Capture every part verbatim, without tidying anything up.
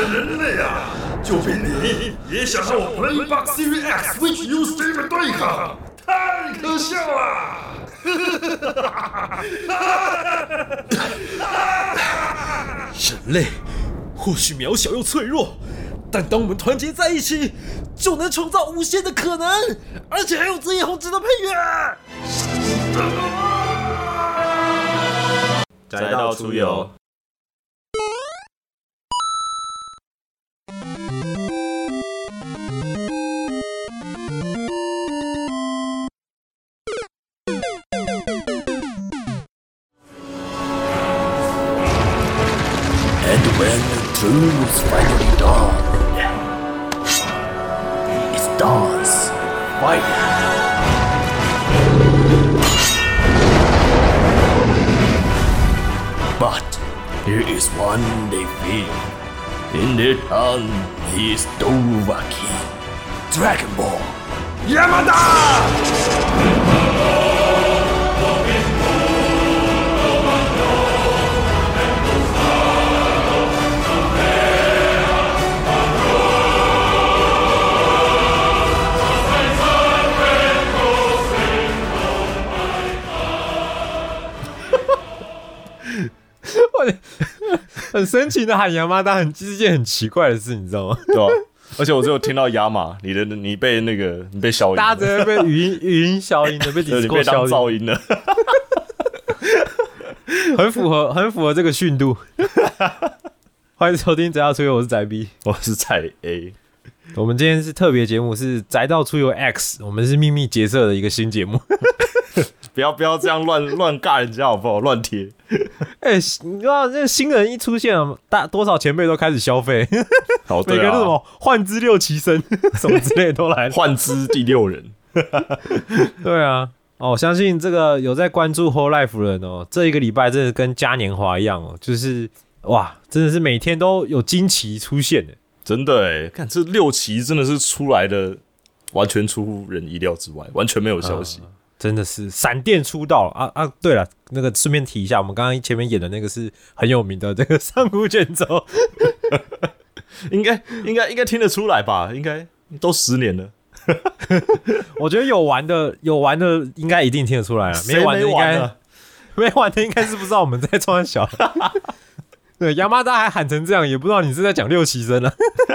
人类啊！就凭你也想和我 Playbox Series X Switch U Stream 对抗，太可笑了！ 人类或许渺小又脆弱，但当我们团结在一起，就能创造无限的可能，而且还有这一红值的配乐。 宅道出游。 And when the truth finally dawned, it dawns finally. But there is one they fear. In their tongue, he is Dovahkiin, Dragon Ball, Yamada! 很深情的喊亚麻达，很是件很奇怪的事，你知道吗？ 对啊，而且我只有听到亚马，你的你被那个你被消音了， 大家直接被语音语音消音的，被 Discord 消音， 噪音了， 很符合很符合这个训度。欢迎收听宅道出游，我是宅 B， 我是宅 A。 我们今天是特别节目，是宅道出游 X， 我们是秘密结社的一个新节目。 不要不要这样乱乱尬人家好不好？乱贴。 哎、欸，你知道这个新人一出现，大多少前辈都开始消费， 好，对啊， 每个人都什么幻之六奇生什么之类的都来了， 幻之第六人。 对啊，哦，相信这个有在关注 Whole Life 的人哦，这一个礼拜真的跟嘉年华一样哦，就是哇，真的是每天都有惊奇出现的， 真的哎，看这六期真的是出来的，完全出乎人意料之外，完全没有消息。 嗯真的是闪电出道啊啊！对了，那个顺便提一下，我们刚刚前面演的那个是很有名的这个上古卷轴， 应该应该应该听得出来吧？应该都十年了， 我觉得有玩的有玩的应该一定听得出来了，没玩的应该没玩的应该是不知道我们在创小。对，亚麻达还喊成这样，也不知道你是在讲六七声了。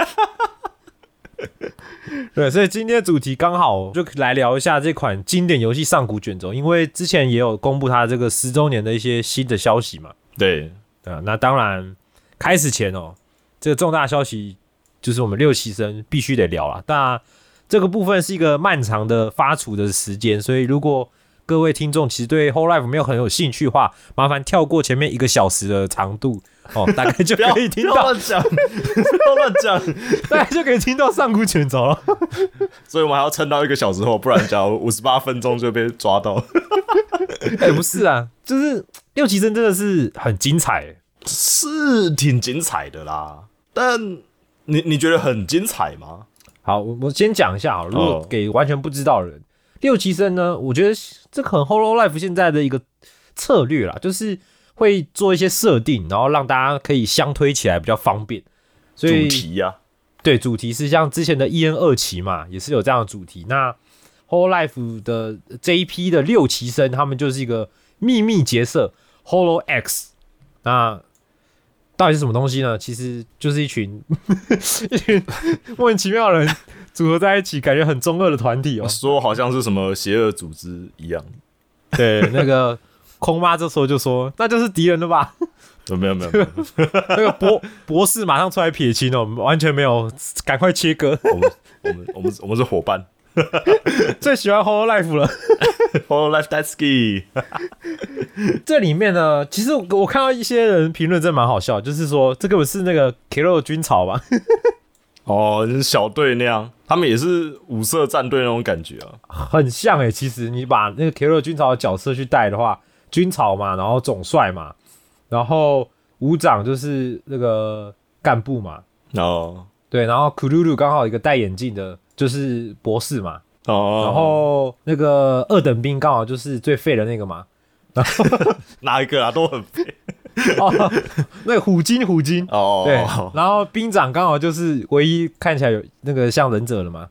对，所以今天的主题刚好就来聊一下这款经典游戏上古卷轴，因为之前也有公布它这个十周年的一些新的消息嘛。 对， 对啊，那当然开始前哦，这个重大消息就是我们六期生必须得聊啦。那这个部分是一个漫长的发出的时间，所以如果各位听众其实对 Whole Life 没有很有兴趣的话，麻烦跳过前面一个小时的长度哦，大概就可以听到。 不要乱讲，不要乱讲， 大概就可以听到上古卷轴了。 所以我们还要撑到一个小时后，不然假如五十八分钟就被抓到。 哎、欸，不是啊，就是六期生真的是很精彩， 是挺精彩的啦。但你你觉得很精彩吗？ 好，我我先讲一下好，如果给完全不知道的人。哦六期生呢，我觉得这很 Whole Life 现在的一个策略啦，就是会做一些设定，然后让大家可以相推起来比较方便。所以主题啊，对， 主题是像之前的 E N 二期嘛，也是有这样的主题。那 Whole Life 的这一批的六期生，他们就是一个秘密结社 Holo X。那到底是什么东西呢？其实就是一群一群莫名其妙的人组合在一起，感觉很中二的团体哦。 说好像是什么邪恶组织一样。 对，那个空妈这时候就说：“那就是敌人了吧？” 没有没有没有， 那个博博士马上出来撇清哦，完全没有，赶快切割。 我们我们我们我们是伙伴。 最喜欢 Whole Life 了 ，Whole Life Daisuke。 这里面呢，其实我看到一些人评论真的蛮好笑，就是说这根本是那个 Kero 军曹吧？ 哦，就是小队那样，他们也是五色战队那种感觉啊， 很像哎、欸。其实你把那个 Kero 军曹的角色去带的话，军曹嘛，然后总帅嘛，然后武长就是那个干部嘛， 哦， 对，然后 Kururu 刚好一个戴眼镜的。就是博士嘛， 哦， 然后那个二等兵刚好就是最废的那个嘛，然后哪一个啊都很废， 哦，那个虎鲸虎鲸哦， 对，然后兵长刚好就是唯一看起来有那个像忍者的嘛，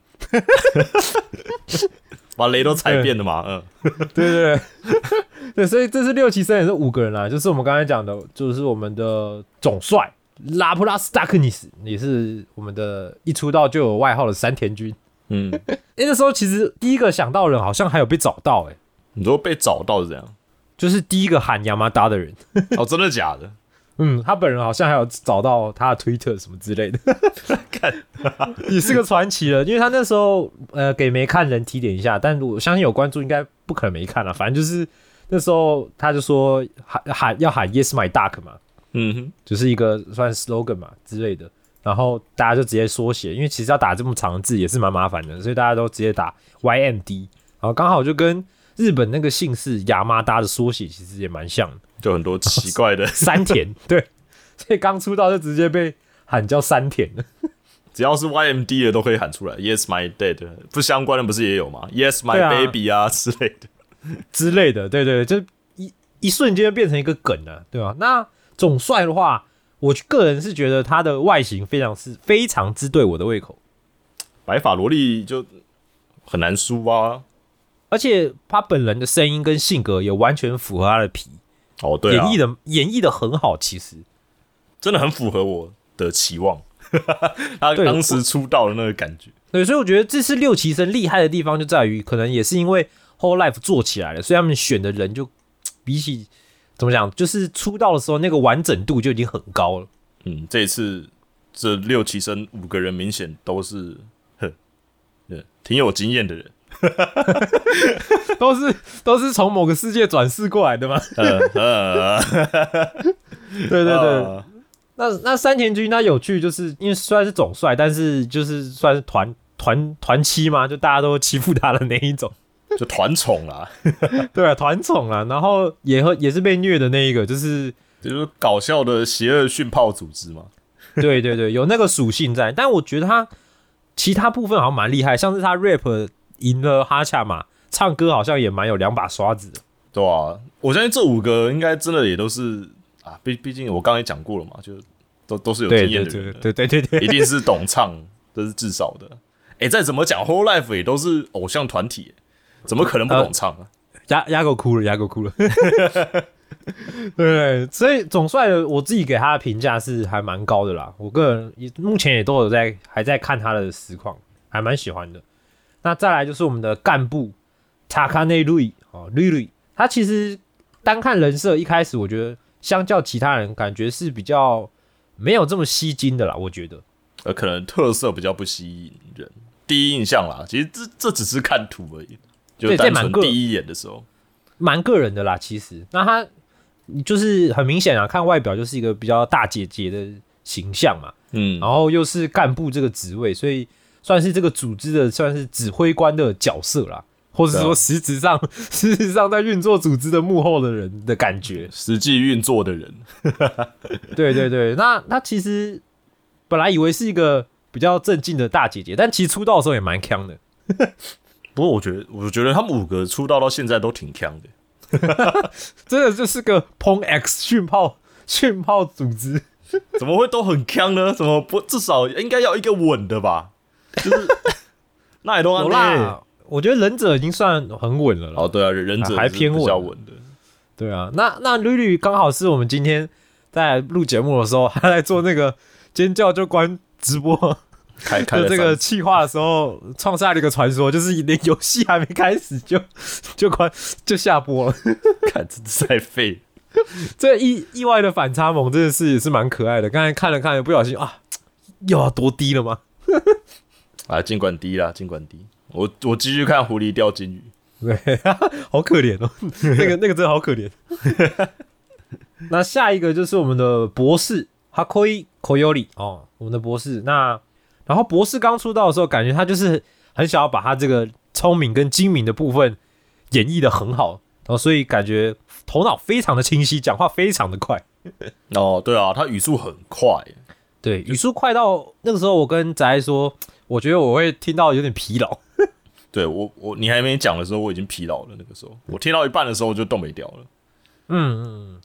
把雷都踩遍了嘛，嗯， 对对对对，所以这是六期生也是五个人啦，就是我们刚才讲的，就是我们的总帅拉普拉斯达克尼斯，也是我们的一出道就有外号的山田君。 嗯， 哎、欸，那时候其实第一个想到的人好像还有被找到、欸，哎， 你说被找到是怎样？ 就是第一个喊亚麻达的人。 哦，真的假的？ 嗯，他本人好像还有找到他的推特什么之类的， 看也是个传奇了。因为他那时候呃给没看人提点一下，但我相信有关注应该不可能没看了。反正就是那时候他就说喊喊要喊 Yes My Duck 嘛， 嗯哼， 就是一个算 slogan 嘛之类的。然后大家就直接缩写，因为其实要打这么长的字也是蛮麻烦的，所以大家都直接打 Y M D。然后刚好就跟日本那个姓氏亚麻达的缩写其实也蛮像的。 就很多奇怪的山田，对，所以刚出道就直接被喊叫山田了。 只要是 Y M D 的都可以喊出来 ，Yes my dad， 不相关的不是也有吗 ？Yes my 啊 baby 啊之类的之类的，对对，就一一瞬间就变成一个梗了，对吧？那总帅的话，我个人是觉得他的外形非常是非常之对我的胃口， 白发萝莉就很难输啊， 而且他本人的声音跟性格也完全符合他的皮。 哦，对啊， 演绎的演绎的很好，其实真的很符合我的期望。他当时出道的那个感觉， 对，所以我觉得这次六期生厉害的地方就在于，可能也是因为 Whole Life 做起来了，所以他们选的人就比起怎么讲，就是出道的时候那个完整度就已经很高了。 嗯，这一次这六期生五个人明显都是，哼，挺有经验的人。 都是都是从某个世界转世过来的吗？ 呃呃， 对对对。呃、那那山田君他有趣，就是因为虽然是总帅，但是就是算是团团团欺嘛，就大家都欺负他的那一种， 就团宠啦。 对啊，团宠啦，然后也也是被虐的那一个，就是就是搞笑的邪恶训炮组织嘛。 对对对，有那个属性在，但我觉得他其他部分好像蛮厉害，像是他 rap。赢了哈恰嘛，唱歌好像也蛮有两把刷子的。 对啊，我相信这五个应该真的也都是啊，毕毕竟我刚才也讲过了嘛，就都都是有经验的人， 对对对 对, 对, 对， 一定是懂唱，这是至少的。哎、欸，再怎么讲 ，Whole Life 也都是偶像团体，怎么可能不懂唱啊？ 牙牙狗哭了，牙狗哭了。对对，所以总帅的我自己给他的评价是还蛮高的啦。我个人目前也都有在还在看他的实况，还蛮喜欢的。那再来就是我们的干部塔卡内瑞哦，瑞瑞，他其实单看人设，一开始我觉得相较其他人，感觉是比较没有这么吸睛的啦。我觉得， 呃，可能特色比较不吸引人，第一印象啦。其实这这只是看图而已，就单纯第一眼的时候， 蛮个人的啦。其实，那他就是很明显啊，看外表就是一个比较大姐姐的形象嘛，嗯，然后又是干部这个职位，所以。算是这个组织的算是指挥官的角色啦，或者说实质上、啊、实质上在运作组织的幕后的人的感觉， 实际运作的人。 对对对，那他其实本来以为是一个比较正经的大姐姐，但其实出道的时候也蛮强的。 不过我觉得，我觉得他们五个出道到现在都挺强的，真的就是个 Pong X 训炮训炮组织， 怎么会都很强呢？怎么不至少应该要一个稳的吧？就是那也都有啦，我觉得忍者已经算很稳了啦。 哦，对啊，忍者还偏比较稳的。 对啊，那那吕吕刚好是我们今天在录节目的时候，他在做那个尖叫就关直播开开的这个企划的时候，创下了一个传说，就是连游戏还没开始就就关就下播了。 看，真是太废。 这意意外的反差萌真的是也是蛮可爱的。刚才看了看，不小心啊，又要多低了吗？ 啊，尽管低啦，尽管低。我我继续看狐狸钓金鱼， 对，好可怜哦，那个那个真的好可怜。那下一个就是我们的博士哈科伊口尤里哦，我们的博士。那然后博士刚出道的时候，感觉他就是很想要把他这个聪明跟精明的部分演绎的很好，然后所以感觉头脑非常的清晰，讲话非常的快。 哦，对啊，他语速很快。 对，语速快到那个时候，我跟宅说，我觉得我会听到有点疲劳。 对我，我你还没讲的时候，我已经疲劳了。那个时候，我听到一半的时候就动没掉了。 嗯嗯，他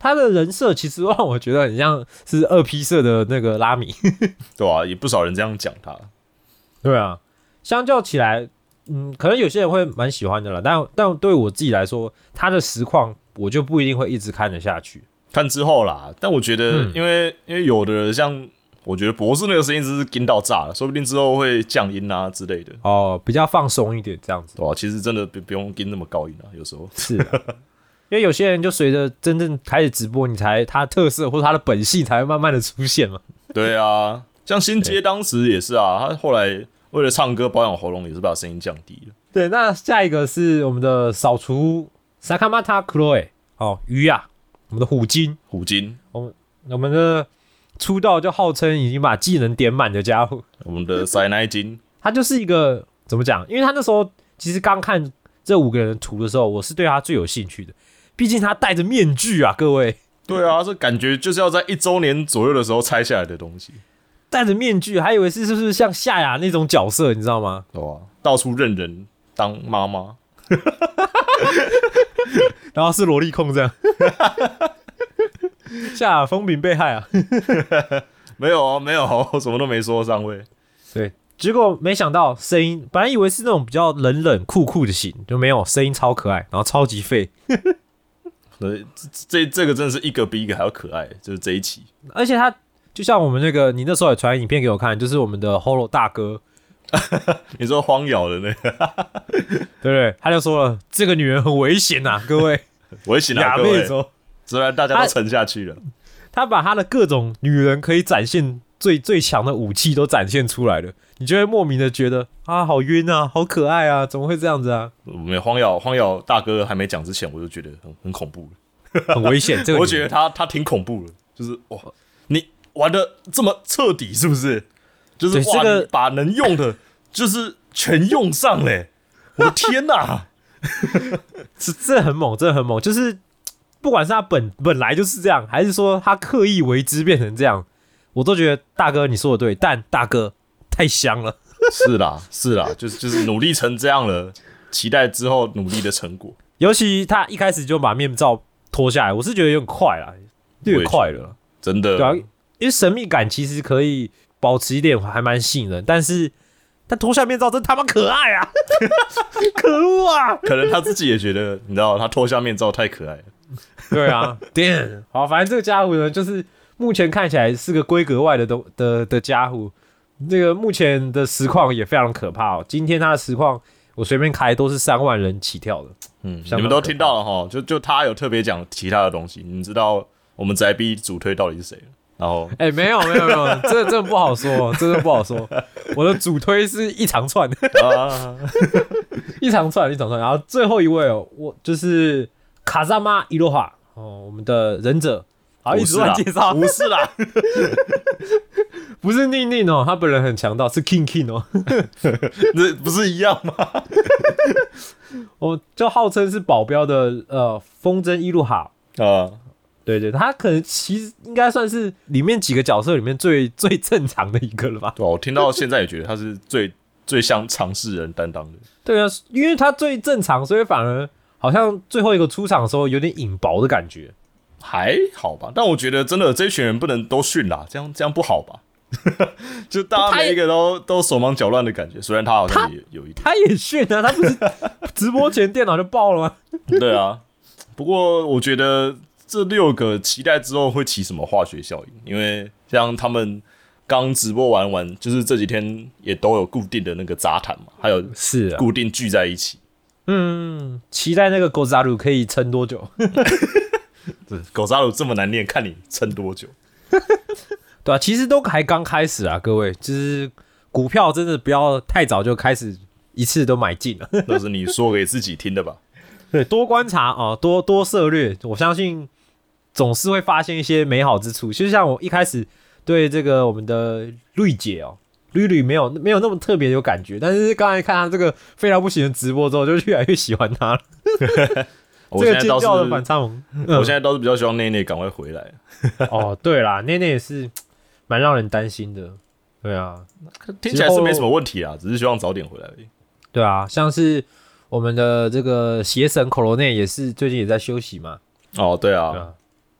他的人设其实让我觉得很像是二 P 社的那个拉米， 对啊，也不少人这样讲他。 对啊，相较起来，嗯，可能有些人会蛮喜欢的啦，但但对我自己来说，他的实况我就不一定会一直看得下去。 看之后啦，但我觉得，因为、嗯、因为有的人像，我觉得博士那个声音真是惊到炸了，说不定之后会降音啊之类的。 哦，比较放松一点这样子。 对啊，其实真的不不用惊那么高音啊，有时候是啊，因为有些人就随着真正开始直播，你才他的特色或者他的本性才会慢慢的出现嘛。 对啊，像新街当时也是啊，他后来为了唱歌保养喉咙，也是把声音降低了。 对，那下一个是我们的扫除 Sakamata Chloe 哦，鱼啊。我们的虎鲸， 虎鲸， 我们我们的出道就号称已经把技能点满的家伙， 我们的塞奈金， 他就是一个怎么讲？因为他那时候其实刚看这五个人的图的时候，我是对他最有兴趣的，毕竟他戴着面具啊，各位。 对啊，这感觉就是要在一周年左右的时候拆下来的东西。 戴着面具，还以为是是不是像夏雅那种角色，你知道吗？ 对啊，到处认人当妈妈。 然后是萝莉控这样，夏风饼被害啊！ 没有哦，没有哦，我什么都没说，上位。 对，结果没想到声音，本来以为是那种比较冷冷酷酷的型，就没有，声音超可爱，然后超级废。 对，这这个真的是一个比一个还要可爱，就是这一期。 而且他就像我们那个，你那时候也传影片给我看，就是我们的 Holo 大哥。 你说荒咬的那个， 对不对？他就说了，这个女人很危险啊，各位， 危险啊，各位。虽然大家都沉下去了， 他, 他把他的各种女人可以展现最最强的武器都展现出来了，你就会莫名的觉得啊，好晕啊，好可爱啊，怎么会这样子啊？ 没荒咬荒咬大哥还没讲之前，我就觉得很很恐怖了， 很危险。这个我觉得他他挺恐怖的，就是哇，你玩的这么彻底，是不是？就是哇，这个、你把能用的，就是全用上嘞！我的天哪， 这这很猛，这很猛。就是不管是他本本来就是这样，还是说他刻意为之变成这样，我都觉得大哥你说的对。但大哥太香了， 是啦是啦，就是就是努力成这样了，期待之后努力的成果。 尤其他一开始就把面罩脱下来，我是觉得有点快啦，有点快了， 真的。 对啊，因为神秘感其实可以保持一点，还蛮吸引人，但是他脱下面罩真他妈可爱啊！可恶啊！ 可能他自己也觉得，你知道，他脱下面罩太可爱了。 对啊 ，damn， 好，反正这个家伙呢，就是目前看起来是个规格外的的的, 的家伙。这个目前的实况也非常可怕哦。今天他的实况我随便开都是三万人起跳的。 嗯，你们都听到了哈，就就他有特别讲其他的东西，你知道我们宅逼主推到底是谁了？然后， 哎、欸，没有没有没有，这这不好说，真的不好说。我的主推是一长串，啊、一长串一长串。然后最后一位哦，我就是卡萨玛伊洛哈哦，我们的忍者。好，一直乱介绍， 不是啦， 不是宁宁哦，他本人很强大，是 King King 哦， 这不是一样吗？ 我就号称是保镖的呃风筝伊洛哈啊。对对，他可能其实应该算是里面几个角色里面最最正常的一个了吧？ 对、啊，我听到现在也觉得他是最最像常识人担当的。 对啊，因为他最正常，所以反而好像最后一个出场的时候有点引爆的感觉。 还好吧，但我觉得真的这一群人不能都训啦，这样这样不好吧？就大家每一个都都手忙脚乱的感觉，虽然他好像也有一点， 他也训啊，他不是直播前电脑就爆了吗？ 对啊，不过我觉得。这六个期待之后会起什么化学效应？因为像他们刚直播完完，就是这几天也都有固定的那个杂谈嘛，还有是固定聚在一起。 嗯，期待那个狗扎鲁可以撑多久？ 狗扎鲁这么难念，看你撑多久。 对啊，其实都还刚开始啊，各位，就是股票真的不要太早就开始一次都买进了。 那是你说给自己听的吧？ 对，多观察啊、哦，多多涉略，我相信总是会发现一些美好之处。就像我一开始对这个我们的绿姐哦，绿绿没有没有那么特别有感觉，但是刚才看他这个废到不行的直播之后，就越来越喜欢他了。 我现在倒是这个尖叫的反差萌、 嗯，我现在倒是比较希望内内赶快回来。 哦，对啦，内内也是蛮让人担心的。对啊， 听起来是没什么问题啊，只是希望早点回来而已。 对啊，像是我们的这个邪神 Corone 也是最近也在休息嘛。 哦，对啊，对啊，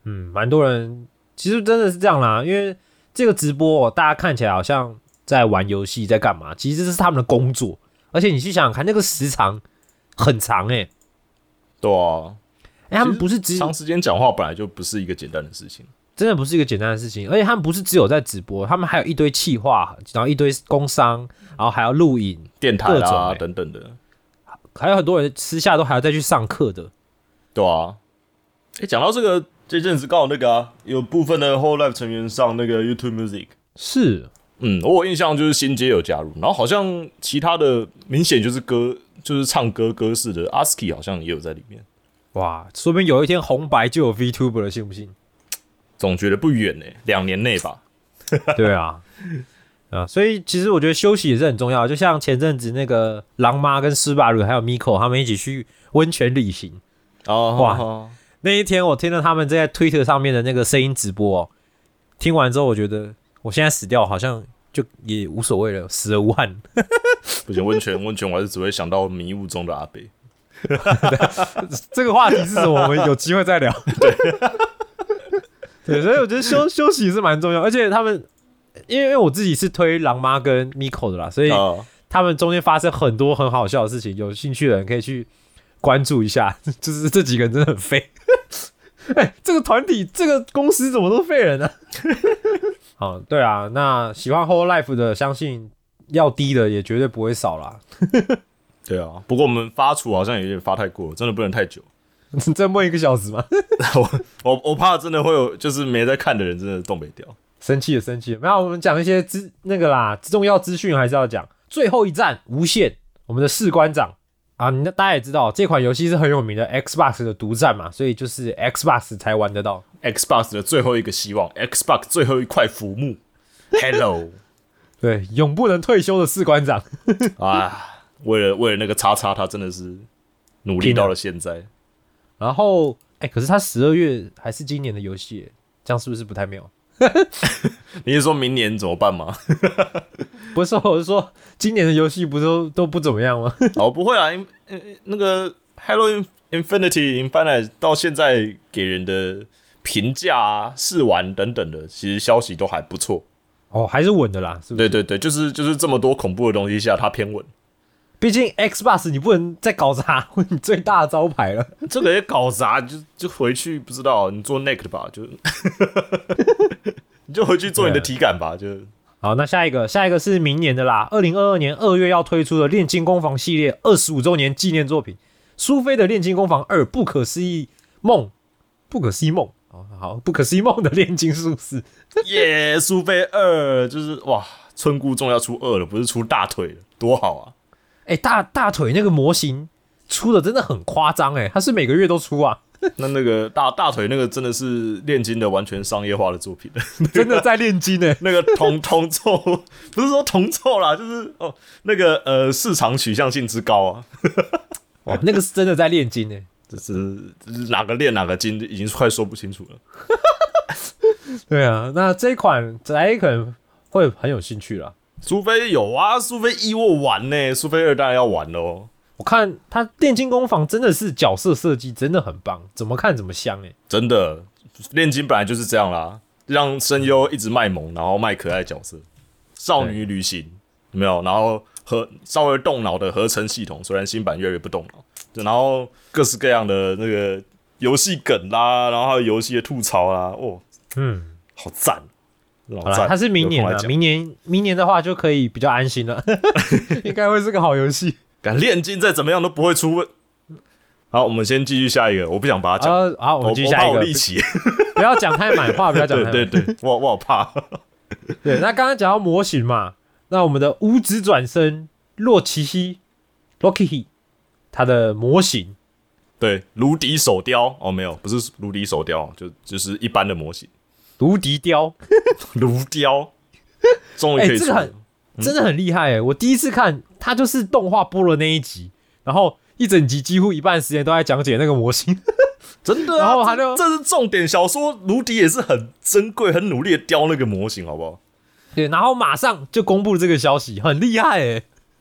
嗯，蛮多人其实真的是这样啦，因为这个直播、哦、大家看起来好像在玩游戏，在干嘛？其实这是他们的工作，而且你去想想看，那个时长很长哎、欸。 对啊， 哎、欸，他们不是只长时间讲话本来就不是一个简单的事情， 真的不是一个简单的事情，而且他们不是只有在直播，他们还有一堆企划，然后一堆工商，然后还要录影、 电台啊、 欸、 等等的， 还有很多人私下都还要再去上课的。 对啊，哎、欸，讲到这个，这阵子刚好那个啊，有部分的 Whole Life 成员上那个 YouTube Music， 是， 嗯，我有印象就是新街有加入，然后好像其他的明显就是歌，就是唱歌歌式的 ASKI 好像也有在里面。 哇，说不定有一天红白就有 VTuber 了，信不信？ 总觉得不远呢、欸，两年内吧。 对啊，啊，所以其实我觉得休息也是很重要，就像前阵子那个狼妈跟施巴鲁还有 Miko 他们一起去温泉旅行。 哦， 哇， 哦那一天我听到他们在 Twitter 上面的那个声音直播、哦，听完之后我觉得我现在死掉好像就也无所谓了，死而无憾。 不行，温泉温泉我还是只会想到迷雾中的阿北。 这个话题是什么？我们有机会再聊。对，对，所以我觉得休休息是蛮重要，而且他们因为因为我自己是推狼妈跟 Miko 的啦，所以他们中间发生很多很好笑的事情，有兴趣的人可以去关注一下。就是这几个人真的很废。哎、欸，这个团体这个公司怎么都废人呢、啊？好，对啊，那喜欢 Whole Life 的，相信要低的也绝对不会少啦。 对啊，不过我们发出好像有点发太过了，真的不能太久。 你再问一个小时吗？ 我我我怕真的会有，就是没在看的人真的动不掉。 生气了，生气了。没有，我们讲一些资那个啦，重要资讯还是要讲。最后一战，无限，我们的士官长啊，你大家也知道，这款游戏是很有名的 Xbox 的独占嘛，所以就是 Xbox 才玩得到。 Xbox 的最后一个希望 ，Xbox 最后一块浮木 ，Hello， 对，永不能退休的士官长啊。为了为了那个叉叉，他真的是努力到了现在。 然后，哎、欸，可是他十二月还是今年的游戏，这样是不是不太妙？ 你是说明年怎么办吗？ 不是说，我是说今年的游戏不都都不怎么样吗？ 哦，不会啊，那个 Halo Infinity Infinite 到现在给人的评价啊、试玩等等的，其实消息都还不错。 哦，还是稳的啦，是不是？ 对对对，就是就是这么多恐怖的东西下，它偏稳。 毕竟 Xbox 你不能再搞砸你最大的招牌了， 这个也搞砸，就就回去不知道你做 Neck 吧，就你就回去做你的体感吧，就好。那下一个，下一个是明年的啦，二零二二年二月要推出的《炼金工坊》系列二十五周年纪念作品，苏菲的《炼金工坊二：不可思议梦》，不可思议梦，哦，好，不可思议梦的炼金术士， 耶，苏菲二就是哇，村姑终于要出二了，不是出大腿了，多好啊！ 哎、欸，大大腿那个模型出的真的很夸张哎，它是每个月都出啊。 那那个大大腿那个真的是炼金的完全商业化的作品， 真的在炼金哎。 那个铜铜臭不是说铜臭啦，就是哦那个呃市场取向性之高啊。 哇，那个是真的在炼金哎， 这是这是哪个炼哪个金，已经快说不清楚了。 对啊，那这一款大家可能会很有兴趣啦。 苏菲有啊，苏菲一我玩呢，苏菲二当然要玩喽。 我看他炼金工坊真的是角色设计真的很棒，怎么看怎么香哎、欸！ 真的，炼金本来就是这样啦，让声优一直卖萌，然后卖可爱角色，少女旅行有没有？然后和稍微动脑的合成系统，虽然新版越来越不动脑，然后各式各样的那个游戏梗啦，然后还有游戏的吐槽啦，哦，嗯，好赞。 好啦，它是明年啊，明年明年的话就可以比较安心了，应该会是个好游戏。 敢炼金再怎么样都不会出问。好，我们先继续下一个，我不想把它讲。 呃，好，我们继续下一个。 我怕我力气， 不要讲太满话，不要讲太满。 对对对，我我好怕。 对，那刚刚讲到模型嘛，那我们的五指转身洛奇希 Loki 他的模型， 对，卢迪手雕哦，没有，不是卢迪手雕，就就是一般的模型。 卢迪雕， 卢雕，终于可以出了、欸，这个很、 嗯、真的很厉害哎！我第一次看，它就是动画播了那一集，然后一整集几乎一半时间都在讲解那个模型， 真的啊！然后他就这是重点，小说卢迪也是很珍贵、很努力的雕那个模型，好不好？ 对，然后马上就公布这个消息，很厉害哎！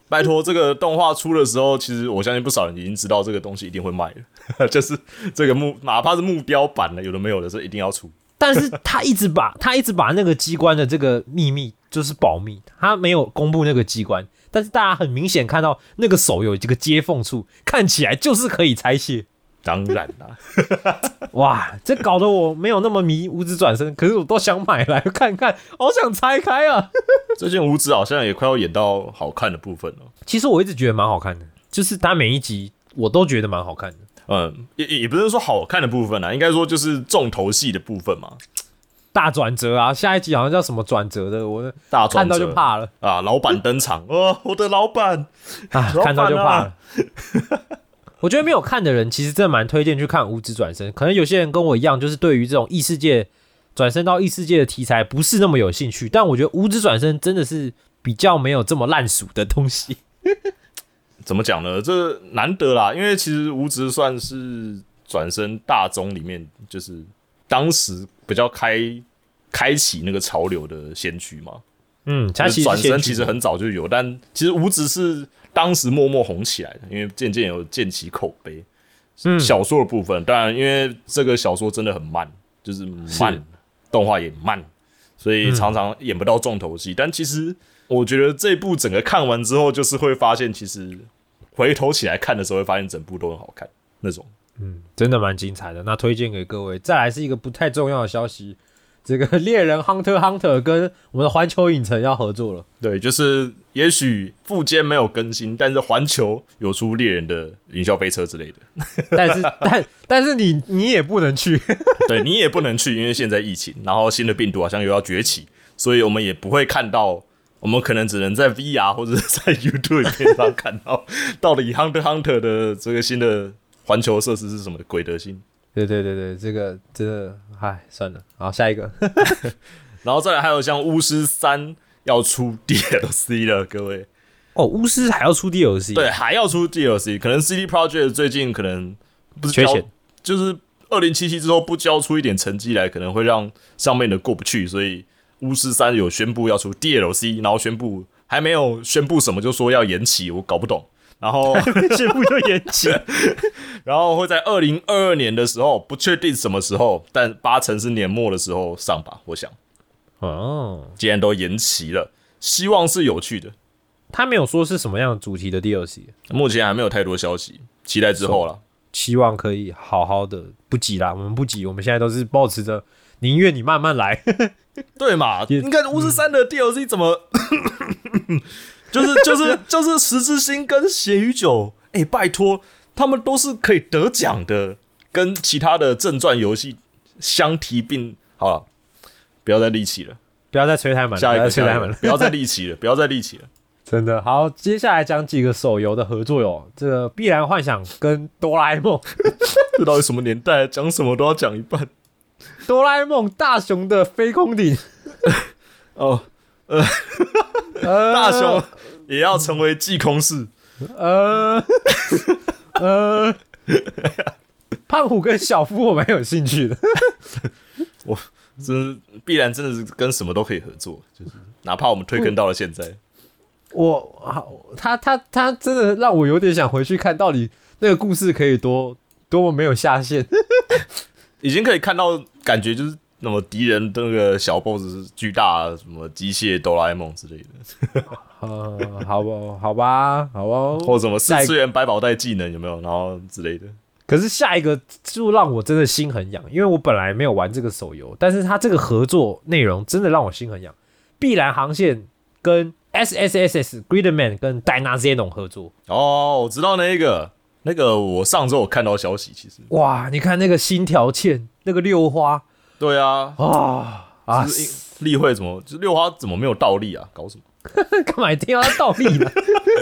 拜托，这个动画出的时候，其实我相信不少人已经知道这个东西一定会卖了，就是这个目，哪怕是目标版的，有的没有的，是一定要出。 但是他一直把他一直把那个机关的这个秘密就是保密，他没有公布那个机关，但是大家很明显看到那个手有这个接缝处，看起来就是可以拆卸。 当然啦， 哇，这搞得我没有那么迷无指转身，可是我都想买来看看，好想拆开啊！ 最近无指好像也快要演到好看的部分了。 其实我一直觉得蛮好看的，就是他每一集我都觉得蛮好看的。 嗯，也也不是说好看的部分啦，应该说就是重头戏的部分嘛。 大转折啊，下一集好像叫什么转折的，我大转折看到就怕了啊！老板登场，哦，我的老板啊， 老板啊看到就怕了。我觉得没有看的人其实真的蛮推荐去看无指转身，可能有些人跟我一样，就是对于这种异世界转身到异世界的题材不是那么有兴趣，但我觉得无指转身真的是比较没有这么烂俗的东西。 怎么讲呢？这难得啦，因为其实无指算是转身大宗里面，就是当时比较开开启那个潮流的先驱嘛。 嗯，它其实转身其实很早就有，但其实无指是当时默默红起来的，因为渐渐有建起口碑。嗯，小说的部分，当然因为这个小说真的很慢，就是慢，动画也慢，所以常常演不到重头戏。嗯、但其实我觉得这一部整个看完之后，就是会发现，其实回头起来看的时候，会发现整部都很好看那种。 嗯，真的蛮精彩的。那推荐给各位。再来是一个不太重要的消息。这个猎人 Hunter Hunter 跟我们的环球影城要合作了。 对，就是也许富坚没有更新，但是环球有出猎人的云霄飞车之类的。 但是但但是你你也不能去， 对你也不能去，因为现在疫情，然后新的病毒好像又要崛起，所以我们也不会看到，我们可能只能在 V R 或者是在 YouTube 影片上看到到底 Hunter Hunter 的这个新的环球设施是什么鬼德性。 对对对对，这个真的，唉，算了，好，下一个。 然后再来还有像巫师三要出 D L C 了，各位。 哦，巫师还要出 D L C？ 对，还要出 D L C， 可能 C D Projekt 最近可能不是缺钱， 就是二零七七之后不交出一点成绩来，可能会让上面的过不去，所以巫师三有宣布要出 D L C， 然后宣布还没有宣布什么就说要延期，我搞不懂。然后宣布就延期， 然后会在二零二二年的时候，不确定什么时候，但八成是年末的时候上吧，我想。 哦， 既然都延期了，希望是有趣的。 他没有说是什么样的主题的 D L C， 目前还没有太多消息，期待之后啦。 希望可以好好的，不急啦，我们不急，我们现在都是抱持着宁愿你慢慢来， 对嘛？你看巫师三的 D L C 怎么？就是就是就是十之星跟血与酒，哎、欸，拜托，他们都是可以得奖的，跟其他的正传游戏相提并好了，不要再立起了， 不要再吹太满了， 下一个吹太满了， 不要再立起了，不要再立起了， 真的好。接下来讲几个手游的合作哟，这个《碧蓝幻想》跟《哆啦 A 梦》， 这到底什么年代？讲什么都要讲一半。 哆啦 A 梦大雄的飞空顶， 哦，呃，大雄。也要成为技空士， 呃呃，胖虎跟小夫我蛮有兴趣的， 我真必然真的是跟什么都可以合作，就是哪怕我们推坑到了现在， 我好他他他真的让我有点想回去看到底那个故事可以多多么没有下限， 已经可以看到感觉就是。那么敌人的那个小 boss 是巨大什么机械哆啦 A 梦之类的， 呃，好吧，好吧，好吧， 或者什么四次元百宝袋技能有没有？然后之类的。 可是下一个就让我真的心很痒，因为我本来没有玩这个手游，但是他这个合作内容真的让我心很痒。碧蓝航线跟 S S S S Gridman 跟 Dynazenon 合作。 哦，我知道那个，那个我上周有看到消息，其实哇，你看那个新条线，那个六花。对啊， 啊啊！ 例会怎么就六花怎么没有倒立啊？搞什么？ 干嘛一定要他倒立呢？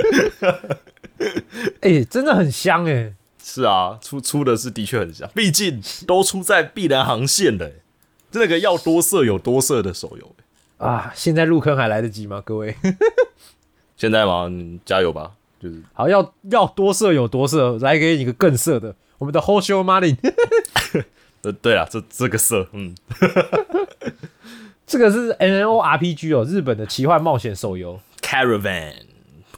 哎、欸，真的很香哎、欸！ 是啊，出出的是的确很香，毕竟都出在碧蓝航线的、欸，那个要多色有多色的手游、 欸、啊！现在入坑还来得及吗？各位？ 现在吗？你加油吧！就是好，要要多色有多色，来给你一个更色的，我们的 Hoshio Marin。 呃，对啊，这这个色，嗯， 这个是 M M O R P G 哦，日本的奇幻冒险手游 Caravan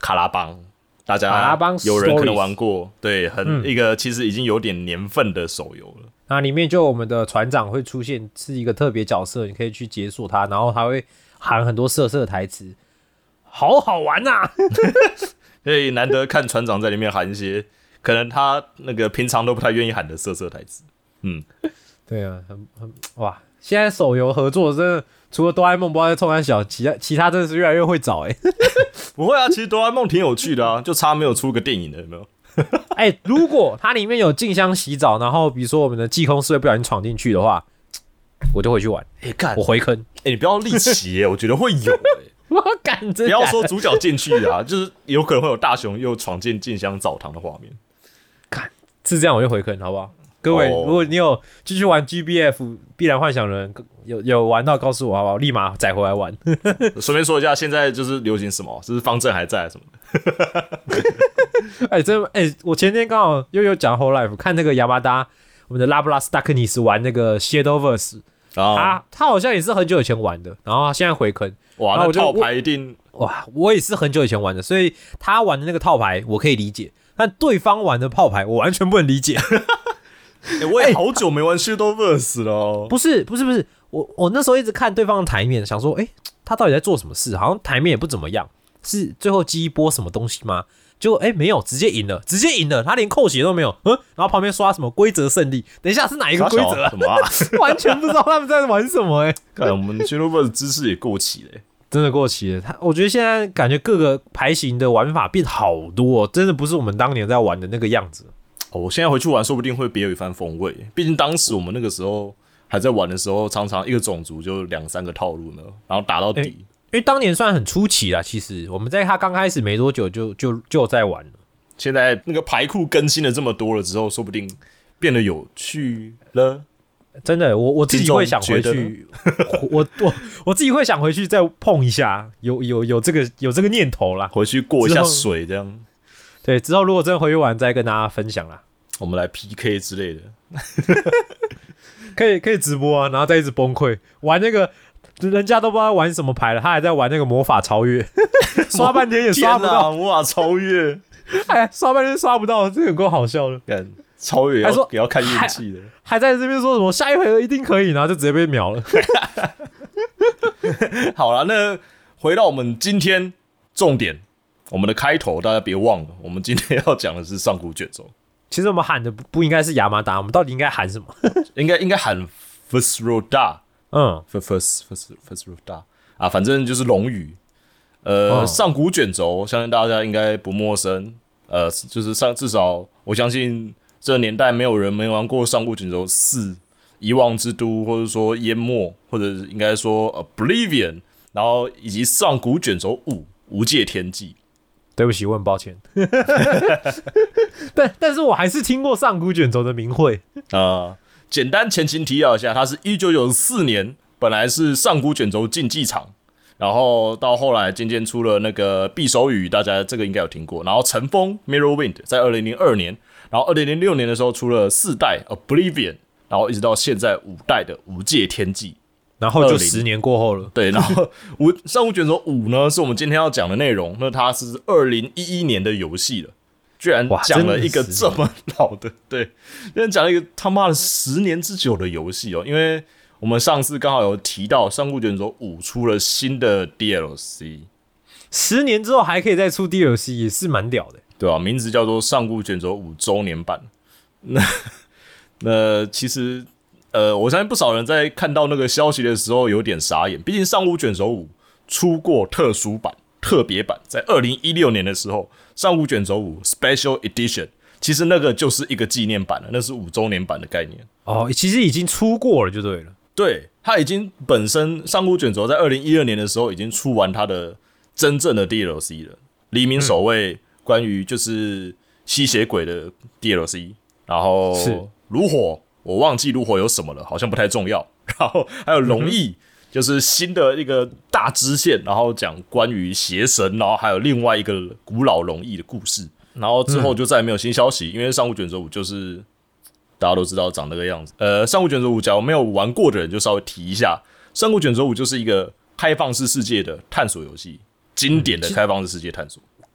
卡拉邦，大卡拉邦家有人可能玩过，对，很、 嗯、 一个其实已经有点年份的手游了。 那里面就我们的船长会出现，是一个特别角色，你可以去解锁他，然后他会喊很多色色台词，好好玩呐、啊！ 所以难得看船长在里面喊一些可能他那个平常都不太愿意喊的色色台词。嗯， 对啊，很很哇！现在手游合作真的，除了哆啦 A 梦不知道在冲三小，其他其他真的是越来越会找哎、欸。 不会啊，其实哆啦 A 梦挺有趣的啊，就差没有出个电影了，有没有？ 哎、欸，如果它里面有静香洗澡，然后比如说我们的济公师会不小心闯进去的话，我就回去玩。 哎、欸，干， 我回坑。 哎、欸，你不要立旗耶，我觉得会有哎。 我敢真不要说主角进去啊，就是有可能会有大雄又闯进静香澡堂的画面。 干，是这样我就回坑，好不好？各位，哦、如果你有继续玩 G B F 必然幻想人，有有玩到告诉我好不好？立马载回来玩。 顺便说一下，现在就是流行什么？就是方阵还在什么的？ 哎、欸，真哎、欸，我前天刚好又有讲 Whole Life， 看那个亚麻达，我们的拉布拉斯达克尼斯玩那个 Shadowverse，、哦、他他好像也是很久以前玩的，然后他现在回坑。 哇，那套牌一定哇！我也是很久以前玩的，所以他玩的那个套牌我可以理解，但对方玩的炮牌我完全不能理解。 欸、我也好久没玩 Shadowverse 了、哦。 不是不是不是，我我那时候一直看对方的台面，想说，哎、欸，他到底在做什么事？好像台面也不怎么样，是最后记一波什么东西吗？结果哎、欸、没有，直接赢了，直接赢了，他连扣血都没有，嗯，然后旁边刷什么规则胜利？等一下是哪一个规则啊？ 什么啊？ 完全不知道他们在玩什么哎、欸。 看我们 Shadowverse 知识也过期了、欸。 真的过期了，他我觉得现在感觉各个牌型的玩法变好多、哦，真的不是我们当年在玩的那个样子。 哦，我现在回去玩，说不定会别有一番风味。毕竟当时我们那个时候还在玩的时候，常常一个种族就两三个套路呢，然后打到底。欸、 因为当年算很初期啦，其实我们在他刚开始没多久就就就在玩了。 现在那个牌库更新了这么多了之后，说不定变得有趣了。 真的，我我自己会想回去，我我我自己会想回去再碰一下，有有有这个有这个念头啦， 回去过一下水这样。 对，之后如果真的回去玩，再跟大家分享啦。 我们来 P K 之类的， 可以可以直播啊，然后再一直崩溃玩那个，人家都不知道玩什么牌了，他还在玩那个魔法超越，刷半天也刷不到魔法超越， 哎，刷半天刷不到，这个够好笑了。 超越也要说也要看运气的， 还在这边说什么下一回合一定可以，然后就直接被秒了。 好了，那回到我们今天重点，我们的开头大家别忘了，我们今天要讲的是上古卷轴。 其实我们喊的不应该是亚麻达，我们到底应该喊什么？ 应该应该喊 Fusroda， 嗯 ，Fus Fus Fusroda 啊，反正就是龙语。呃，哦、上古卷轴，相信大家应该不陌生。呃，就是上至少我相信。这个年代没有人没玩过上古卷轴四、遗忘之都，或者说淹没，或者应该说 Oblivion， 然后以及上古卷轴五无界天际。 对不起，我很抱歉。但但是我还是听过上古卷轴的名讳啊、呃。简单前情提要一下，它是一九九四年本来是上古卷轴竞技场，然后到后来渐渐出了那个匕首语，大家这个应该有听过。然后尘封 Mirrorwind 在二零零二年。然后二零零六年的时候出了四代 Oblivion， 然后一直到现在五代的无界天际， 然后就十年过后了。 对，然后无上古卷轴五呢是我们今天要讲的内容，那它是二零一一年的游戏了，居然讲了一个这么老的，对，居然讲了一个他妈的十年之久的游戏哦，因为我们上次刚好有提到上古卷轴五出了新的 D L C， 十年之后还可以再出 D L C， 也是蛮屌的。 对啊，名字叫做《上古卷轴五周年版》。那那其实，呃，我相信不少人在看到那个消息的时候有点傻眼。毕竟《上古卷轴五》出过特殊版、特别版，在二零一六年的时候，《上古卷轴五 Special Edition》其实那个就是一个纪念版了，那是五周年版的概念。 哦，其实已经出过了，就对了。 对，它已经本身《上古卷轴》在二零一二年的时候已经出完它的真正的 D L C 了，《黎明守卫》。嗯关于就是吸血鬼的 D L C， 然后炉火，我忘记炉火有什么了，好像不太重要。然后还有龙翼，嗯、就是新的一个大支线，然后讲关于邪神，然后还有另外一个古老龙翼的故事。然后之后就再也没有新消息，嗯、因为上古卷轴五就是大家都知道长那个样子。呃，上古卷轴五，假如没有玩过的人，就稍微提一下，上古卷轴五就是一个开放式世界的探索游戏，经典的开放式世界探索。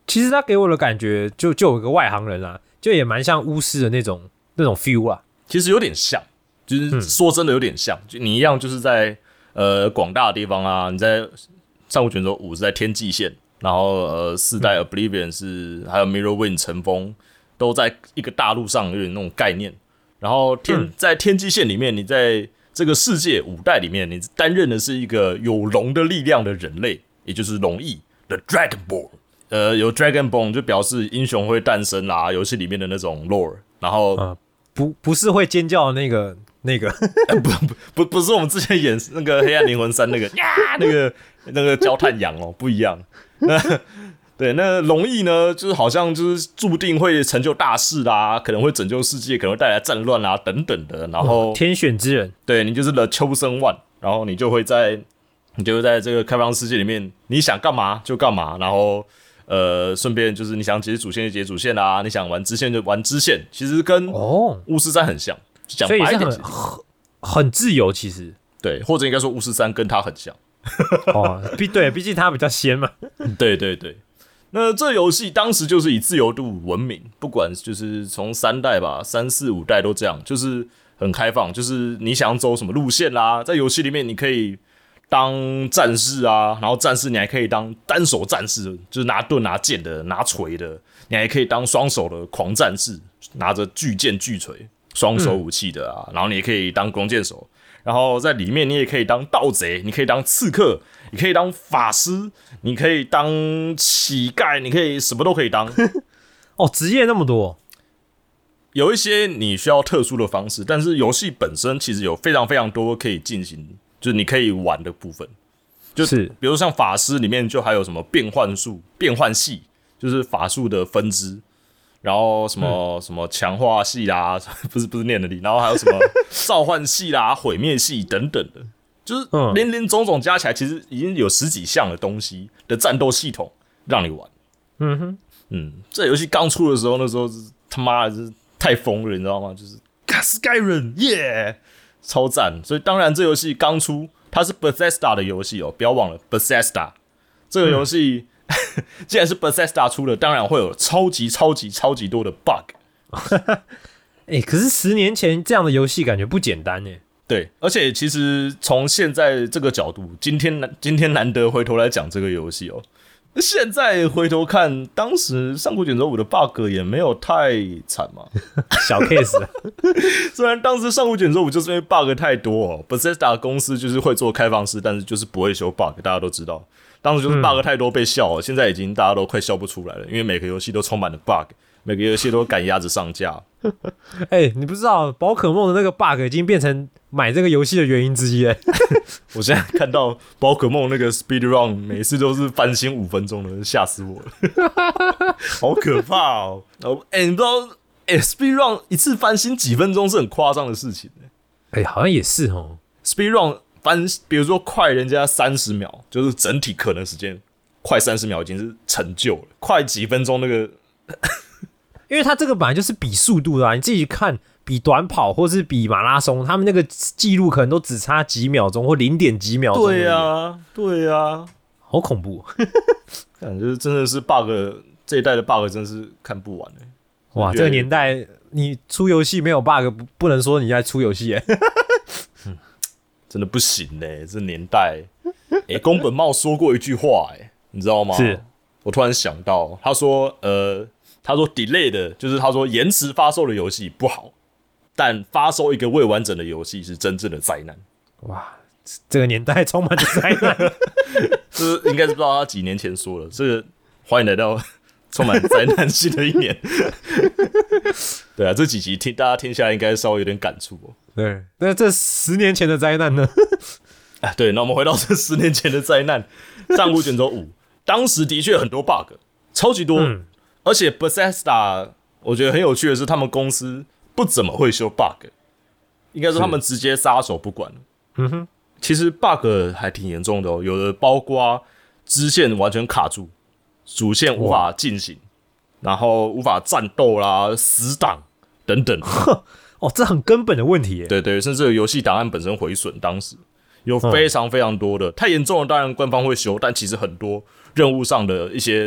其实他给我的感觉就就有一个外行人啦，就也蛮像巫师的那种那种 feel 啊。 其实有点像，就是说真的有点像，嗯、就你一样就是在呃广大的地方啊，你在上古卷轴五是在天际线，然后呃四代 Oblivion 是、嗯、还有 Mirrorwind 尘封都在一个大陆上，有点那种概念。然后天、嗯、在天际线里面，你在这个世界五代里面，你担任的是一个有龙的力量的人类，也就是龙翼 The Dragonborn。呃，有 Dragonborn 就表示英雄会诞生啦，游戏里面的那种 lore。然后、 呃、不不是会尖叫的那个那个， 呃、不不不不是我们之前演那个黑暗灵魂三那个呀那个那个焦炭羊哦，不一样。那对，那龙翼呢，就是好像就是注定会成就大事啦，可能会拯救世界，可能会带来战乱啦等等的。然后、 嗯、天选之人， 对你就是 The Chosen One， 然后你就会在你就会在这个开放世界里面，你想干嘛就干嘛，然后。呃，顺便就是你想解主线就解主线啦、啊，你想玩支线就玩支线，其实跟巫师三很像，讲白一点， 所以是很很自由，其实对，或者应该说巫师三跟他很像。 哦，毕对，毕竟他比较仙嘛。 对对对，那这游戏当时就是以自由度闻名，不管就是从三代吧，三四五代都这样，就是很开放，就是你想走什么路线啦，在游戏里面你可以。当战士啊，然后战士你还可以当单手战士，就是拿盾、拿剑的、拿锤的，你还可以当双手的狂战士，拿着巨剑、巨锤，双手武器的啊。嗯、然后你也可以当弓箭手，然后在里面你也可以当盗贼，你可以当刺客，你可以当法师，你可以当乞丐，你可以什么都可以当。 哦，职业那么多， 有一些你需要特殊的方式，但是游戏本身其实有非常非常多可以进行。就是你可以玩的部分，就是比如像法师里面就还有什么变幻术、变幻系，就是法术的分支，然后什么、嗯、什么强化系啦，不是不是念能力，然后还有什么召唤系啦、毁灭系等等的，就是林林总总加起来，其实已经有十几项的东西的战斗系统让你玩。 嗯哼， 嗯，这游戏刚出的时候，那时候是他妈的是太疯了，你知道吗？就是卡斯盖人耶。Yeah! 超赞！所以当然，这游戏刚出，它是 Bethesda 的游戏哦，不要忘了 Bethesda 这个游戏，嗯、既然是 Bethesda 出的，当然会有超级超级超级多的 bug。 哎、欸，可是十年前这样的游戏感觉不简单哎。 对，而且其实从现在这个角度，今天难今天难得回头来讲这个游戏哦。现在回头看，当时《上古卷轴五》的 bug 也没有太惨嘛， 小 case。 虽然当时《上古卷轴五》就是因为 bug 太多哦 ，Bethesda 公司就是会做开放式，但是就是不会修 bug， 大家都知道。当时就是 bug 太多被笑了，嗯、现在已经大家都快笑不出来了，因为每个游戏都充满了 bug， 每个游戏都赶鸭子上架。 哎、欸，你不知道宝可梦的那个 bug 已经变成买这个游戏的原因之一了。 我现在看到宝可梦那个 speed run， 每次都是翻新五分钟的，吓死我了，好可怕哦！哎、欸，你不知道，哎、欸、，speed run 一次翻新几分钟是很夸张的事情。 哎、欸，好像也是哦。 speed run 翻，比如说快人家三十秒，就是整体可能时间快三十秒已经是成就了，快几分钟那个。 因为它这个本来就是比速度的啊，你自己看比短跑或是比马拉松，他们那个记录可能都只差几秒钟或零点几秒钟。 对啊，对啊， 好恐怖！ 感觉真的是 bug， 这一代的 bug 真是看不完哎、欸。 哇，这个年代你出游戏没有 bug， 不, 不能说你在出游戏哎、 嗯，真的不行嘞、欸，这年代。哎、欸，宫本茂说过一句话哎、欸，你知道吗？ 是我突然想到，他说呃。他说 delay 的就是他说延迟发售的游戏不好，但发售一个未完整的游戏是真正的灾难。 哇，这个年代充满着灾难。 这应该是不知道他几年前说了。这个欢迎来到充满灾难性的一年。对啊，这几集听大家听下来应该稍微有点感触哦。 对，那这十年前的灾难呢？ 啊，对，那我们回到这十年前的灾难，《上古卷轴五》当时的确很多 bug， 超级多。嗯，而且 Bethesda 我觉得很有趣的是，他们公司不怎么会修 bug， 应该说他们直接撒手不管了。 嗯哼， 其实 bug 还挺严重的哦，有的包括支线完全卡住，主线无法进行，然后无法战斗啦、死档等等。 哦，这很根本的问题耶。 对对，甚至游戏档案本身毁损，当时有非常非常多的，嗯、太严重了，当然官方会修，但其实很多任务上的一些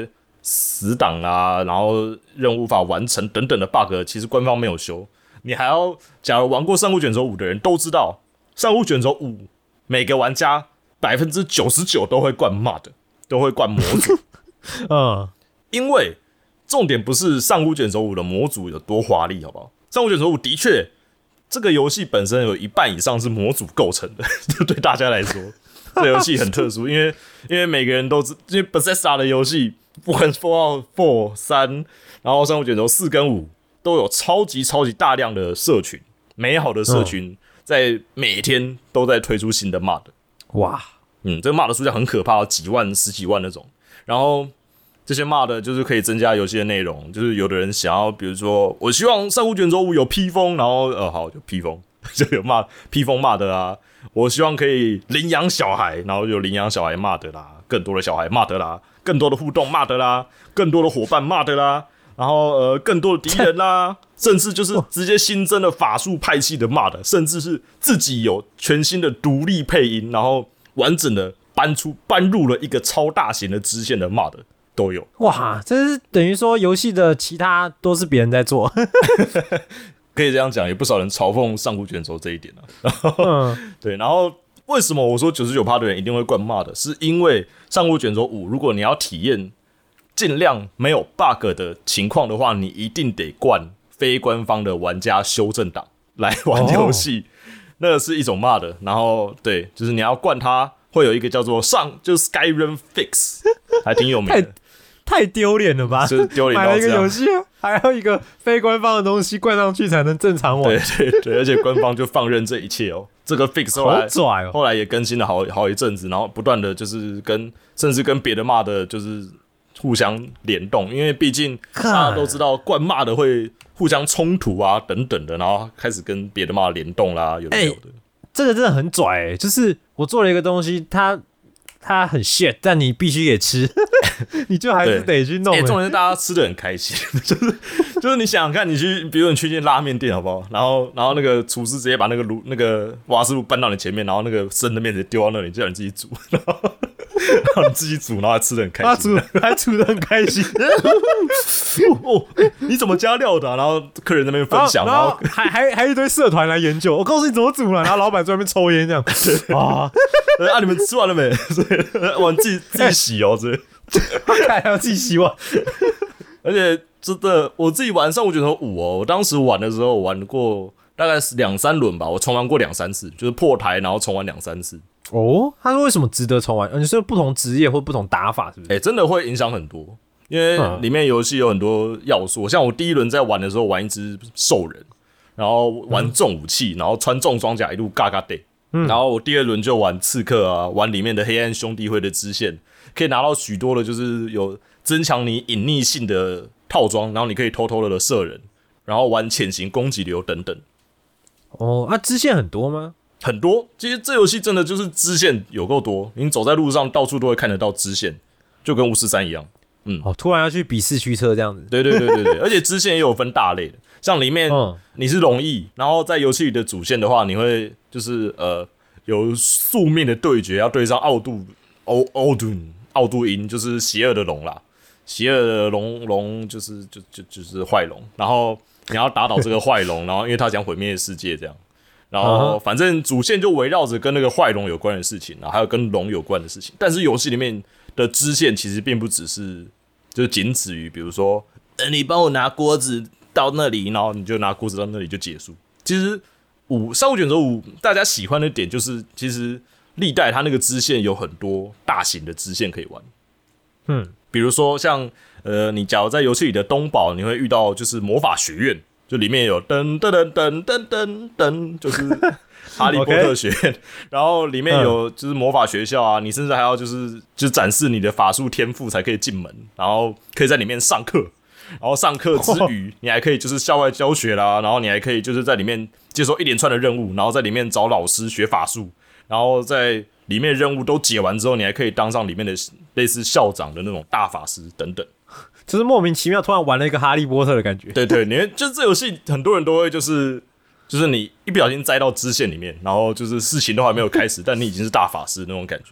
死档啊，然后任务无法完成等等的 bug， 其实官方没有修。你还要，假如玩过上古卷轴五的人都知道，上古卷轴五每个玩家百分之九十九都会灌 mod， 都会灌模组。 嗯， 因为重点不是上古卷轴五的模组有多华丽，好不好？上古卷轴五的确，这个游戏本身有一半以上是模组构成的，对大家来说，这游戏很特殊，因为因为每个人都知，因为 Bethesda 的游戏，不管 Fallout 四、三，然后上古卷轴四跟五都有超级超级大量的社群，美好的社群，在每天都在推出新的 mod。 哇， 嗯，这个 mod 的数量很可怕，几万、十几万那种。然后这些 mod 就是可以增加游戏的内容，就是有的人想要，比如说我希望上古卷轴五有披风，然后呃好就披风，就有 mod 披风 mod 啊。我希望可以领养小孩，然后有领养小孩 mod 啦，更多的小孩 mod 啦，更多的互动 mod 啦，更多的伙伴 mod 啦，然后呃更多的敌人啦，甚至就是直接新增了法术派系的 mod， 甚至是自己有全新的独立配音，然后完整的搬出搬入了一个超大型的支线的 mod 都有。 哇，这是等于说游戏的其他都是别人在做。 可以这样讲，有不少人嘲讽上古卷轴这一点啊。 嗯， 对，然后为什么我说 百分之九十九 的人一定会灌 mod， 是因为上古卷轴五，如果你要体验尽量没有 bug 的情况的话，你一定得灌非官方的玩家修正档来玩游戏，哦、那个是一种 mod。然后对，就是你要灌它，会有一个叫做上就是 Skyrim Fix， 还挺有名的。 太丢脸了吧！ 就是丢脸到这样， 买了一个游戏，还要一个非官方的东西灌上去才能正常玩。 对对对，而且官方就放任这一切哦。这个 fix 后来好拽哦， 后来也更新了好好一阵子，然后不断的就是跟甚至跟别的骂的，就是互相联动，因为毕竟大家都知道灌骂的会互相冲突啊等等的，然后开始跟别的骂联动啦，有的没有的。欸、 这个真的很拽哎、欸，就是我做了一个东西，它。它很 shit， 但你必须也吃，你就还是得去弄、欸。 重点是大家吃的很开心，就是就是你想想看，你去，比如你去间拉面店好不好？然后然后那个厨师直接把那个炉那个瓦斯炉搬到你前面，然后那个生的面直接丢到那里，叫你自己煮，然后然后你自己煮，然后还吃的很开心， 他煮还煮的很开心。 哦，欸、你怎么加料的、啊？然后客人在那边分享，然后, 然后还还还一堆社团来研究。我告诉你怎么煮了，然后老板在那边抽烟这样。啊， 啊，你们吃完了没？碗自己自己洗哦，这还要自己洗碗。 而且真的，我自己玩上古卷轴五哦，我当时玩的时候玩过大概是两三轮吧，我重玩过两三次，就是破台然后重玩两三次。 哦，他为什么值得重玩？你是不同职业或不同打法，是不是？ 哎、欸，真的会影响很多。因为里面游戏有很多要素，像我第一轮在玩的时候玩一只兽人，然后玩重武器，然后穿重装甲一路嘎嘎得，嗯，然后我第二轮就玩刺客啊，玩里面的黑暗兄弟会的支线，可以拿到许多的就是有增强你隐匿性的套装，然后你可以偷偷的射人，然后玩潜行攻击流等等。 哦，啊，支线很多吗？ 很多，其实这游戏真的就是支线有够多，你走在路上到处都会看得到支线，就跟巫师三一样。嗯， 哦，突然要去比四驱车这样子， 对对对对对，而且支线也有分大类的，像里面你是容易，然后在游戏里的主线的话，你会就是呃有宿命的对决，要对上奥杜欧欧杜奥杜因，就是邪恶的龙啦，邪恶的龙龙就是就就就是坏龙，然后你要打倒这个坏龙，然后因为他想毁灭世界这样，然后反正主线就围绕着跟那个坏龙有关的事情，然后还有跟龙有关的事情，但是游戏里面的支线其实并不只是，就仅止于比如说，呃，你帮我拿锅子到那里，然后你就拿锅子到那里就结束。其实五上古卷轴五大家喜欢的点就是，其实历代它那个支线有很多大型的支线可以玩。嗯，比如说像呃，你假如在游戏里的东宝，你会遇到就是魔法学院，就里面有噔噔噔噔噔噔噔，就是。哈利波特学院， okay. 然后里面有就是魔法学校啊，你甚至还要就是就展示你的法术天赋才可以进门，然后可以在里面上课，然后上课之余，你还可以就是校外教学啦，然后你还可以就是在里面接受一连串的任务，然后在里面找老师学法术，然后在里面的任务都解完之后，你还可以当上里面的类似校长的那种大法师等等。 就是莫名其妙突然玩了一个哈利波特的感觉。 对对，你就是这游戏很多人都会就是。就是你一不小心栽到支线里面，然后就是事情都还没有开始，但你已经是大法师那种感觉。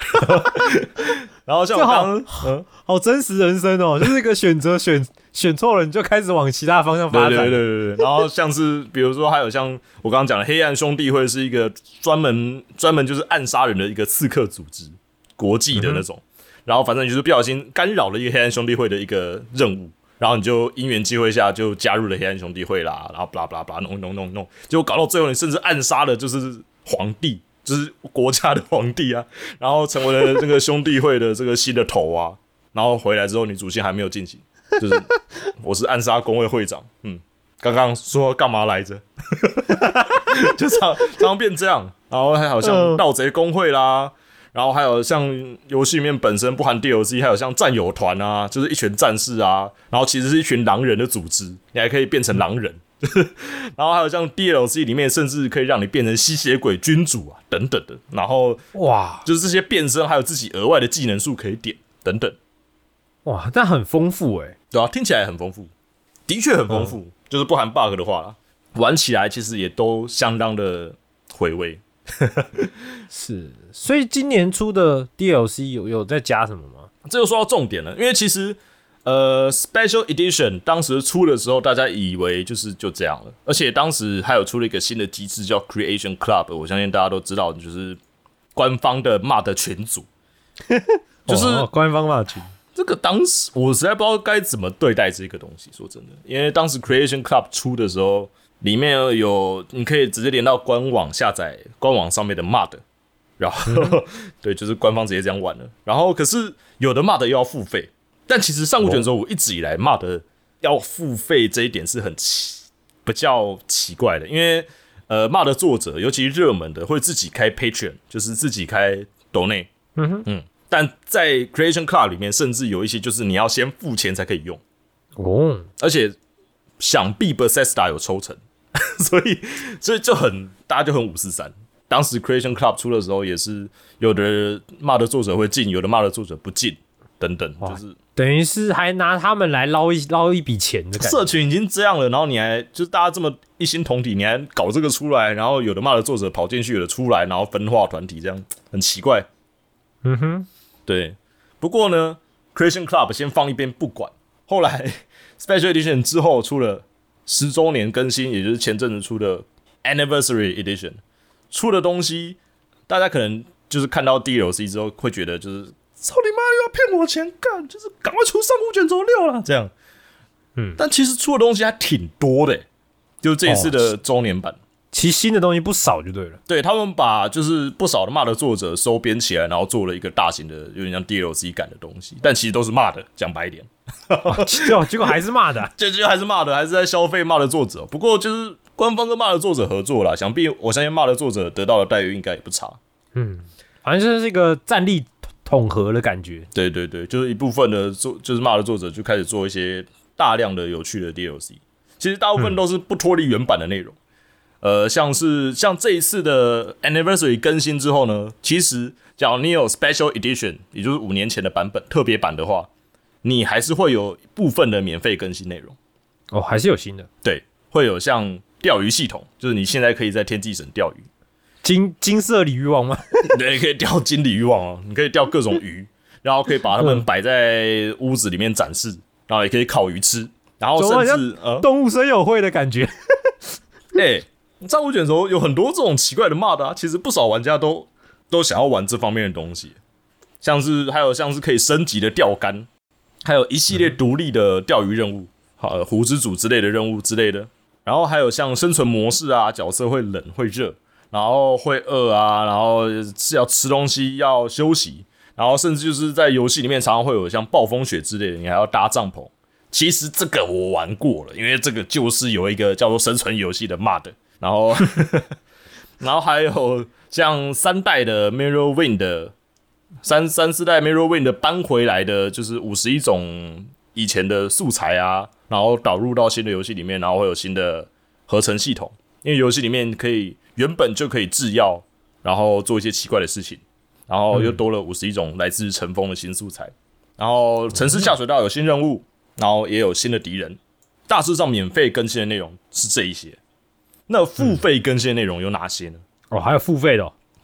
然后像我刚刚，嗯， 好真实人生哦，就是一个选择选选错了，你就开始往其他方向发展。 对对对对对。然后像是比如说还有像我刚刚讲的黑暗兄弟会是一个专门专门就是暗杀人的一个刺客组织，国际的那种。嗯、然后反正你就是不小心干扰了一个黑暗兄弟会的一个任务，然后你就因缘际会下就加入了黑暗兄弟会啦，然后 blah blah blah 弄弄弄弄，结果搞到最后你甚至暗杀了就是皇帝。就是国家的皇帝啊，然后成为了这个兄弟会的这个新的头啊，然后回来之后女主线还没有进行，就是我是暗杀工会会长，嗯，刚刚说干嘛来着？就常常变这样，然后还好像盗贼工会啦，然后还有像游戏里面本身不含 D L C， 还有像战友团啊，就是一群战士啊，然后其实是一群狼人的组织，你还可以变成狼人。然后还有像 D L C 里面，甚至可以让你变成吸血鬼君主啊，等等的。然后哇，就是这些变身，还有自己额外的技能数可以点，等等。 哇，那很丰富哎、欸， 对啊，听起来很丰富，的确很丰富。嗯、就是不含 bug 的话啦，玩起来其实也都相当的回味。 是，所以今年出的 D L C 有有在加什么吗？ 这就说到重点了，因为其实。呃 ，Special Edition 当时出的时候，大家以为就是就这样了，而且当时还有出了一个新的机制叫 Creation Club， 我相信大家都知道，就是官方的 M O D 群组，就是、 哦、官方 M O D 群。 这个当时我实在不知道该怎么对待这个东西，说真的，因为当时 Creation Club 出的时候，里面有你可以直接连到官网下载官网上面的 M O D， 然后、嗯、对，就是官方直接这样玩了。然后可是有的 M O D 又要付费。但其实上古卷轴我一直以来骂的要付费这一点是很奇比较奇怪的，因为呃骂的作者尤其热门的会自己开 Patreon， 就是自己开 Donate， 嗯哼嗯，但在 Creation Club 里面甚至有一些就是你要先付钱才可以用哦，而且想必 Bethesda 有抽成，所以所以就很大家就很五四三。当时 Creation Club 出的时候也是有的骂的作者会进，有的骂的作者不进。等等，就是等于是还拿他们来捞一捞一笔钱的感觉。 社群已经这样了，然后你还就是大家这么一心同体，你还搞这个出来，然后有的骂的作者跑进去，有的出来，然后分化团体，这样很奇怪。嗯哼，对。不过呢 ，Creation Club 先放一边不管，后来 Special Edition 之后出了十周年更新，也就是前阵子出的 Anniversary Edition， 出的东西，大家可能就是看到 D L C 之后会觉得就是。操你妈！又要骗我钱干，就是赶快出上古卷轴六啦，这样。嗯，但其实出的东西还挺多的、欸，就是这一次的周年版，哦、 其实新的东西不少就对了。 对他们把就是不少的骂的作者收编起来，然后做了一个大型的有点像 D L C 感的东西，但其实都是骂的，讲白一点， 哦、结果结果还是骂的、啊， 结果还是骂的，还是在消费骂的作者。不过就是官方跟骂的作者合作啦，想必我相信骂的作者得到的待遇应该也不差。嗯， 反正就是一个战力。统合的感觉， 对对对，就是一部分的作，就是骂的作者就开始做一些大量的有趣的 D L C， 其实大部分都是不脱离原版的内容。嗯、呃，像是像这一次的 Anniversary 更新之后呢，其实假如你有 Special Edition， 也就是五年前的版本特别版的话，你还是会有部分的免费更新内容。 哦，还是有新的， 对，会有像钓鱼系统，就是你现在可以在天际省钓鱼。 金金色鲤鱼王吗？ 对，你可以钓金鲤鱼王哦，你可以钓各种鱼，然后可以把它们摆在屋子里面展示，然后也可以烤鱼吃，然后甚至呃动物森友会的感觉。 哎、欸，上古卷轴有很多这种奇怪的 M O D 啊，其实不少玩家都都想要玩这方面的东西，像是还有像是可以升级的钓竿，还有一系列独立的钓鱼任务，呃，湖之主之类的任务之类的，然后还有像生存模式啊，角色会冷会热。然后会饿啊，然后是要吃东西，要休息，然后甚至就是在游戏里面常常会有像暴风雪之类的，你还要搭帐篷。其实这个我玩过了，因为这个就是有一个叫做生存游戏的 M O D， 然后然后还有像三代的 Mirrorwind 的三三四代 Mirrorwind 的搬回来的，就是五十一种以前的素材啊，然后导入到新的游戏里面，然后会有新的合成系统，因为游戏里面可以。原本就可以制药，然后做一些奇怪的事情，然后又多了五十一种来自尘封的新素材，然后城市下水道有新任务，然后也有新的敌人。大致上免费更新的内容是这一些。那付费更新的内容有哪些呢？ 哦，还有付费的、哦。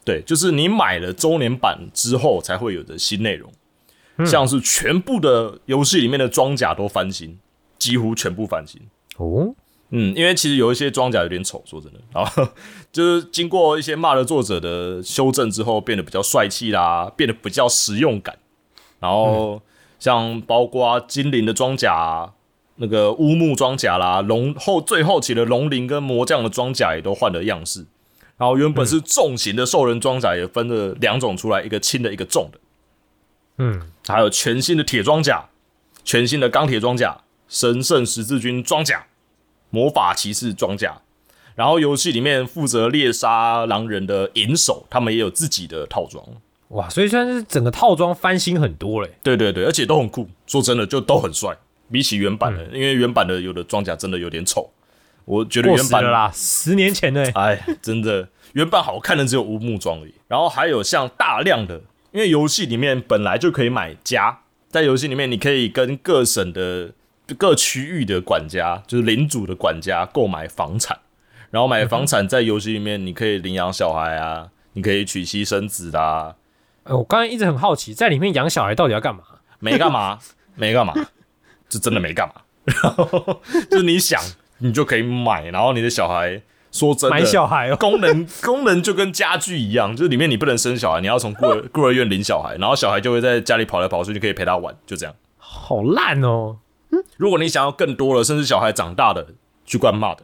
对，就是你买了周年版之后才会有的新内容，嗯、像是全部的游戏里面的装甲都翻新，几乎全部翻新哦。 嗯，因为其实有一些装甲有点丑，说真的，然后就是经过一些骂的作者的修正之后，变得比较帅气啦，变得比较实用感。然后像包括精灵的装甲、那个乌木装甲啦，龙后最后期的龙鳞跟魔将的装甲也都换了样式。然后原本是重型的兽人装甲也分了两种出来，一个轻的，一个重的。嗯，还有全新的铁装甲、全新的钢铁装甲、神圣十字军装甲。魔法骑士装甲，然后游戏里面负责猎杀狼人的银手，他们也有自己的套装。 哇，所以算是整个套装翻新很多嘞。 对对对，而且都很酷。说真的，就都很帅，比起原版的，嗯、因为原版的有的装甲真的有点丑。我觉得原版过时了啦，十年前的。 哎，真的，原版好看的只有无木装而已。然后还有像大量的，因为游戏里面本来就可以买家，在游戏里面你可以跟各省的。各区域的管家，就是领主的管家购买房产，然后买房产在游戏里面，你可以领养小孩啊，你可以娶妻生子的啊。 呃、我刚才一直很好奇，在里面养小孩到底要干嘛？ 没干嘛，没干嘛，就真的没干嘛。然后就是你想，你就可以买，然后你的小孩，说真的， 买小孩哦， 功能功能就跟家具一样，就是里面你不能生小孩，你要从孤儿孤儿院领小孩，然后小孩就会在家里跑来跑去，你可以陪他玩，就这样。 好烂哦。 如果你想要更多了，甚至小孩长大的去灌骂的，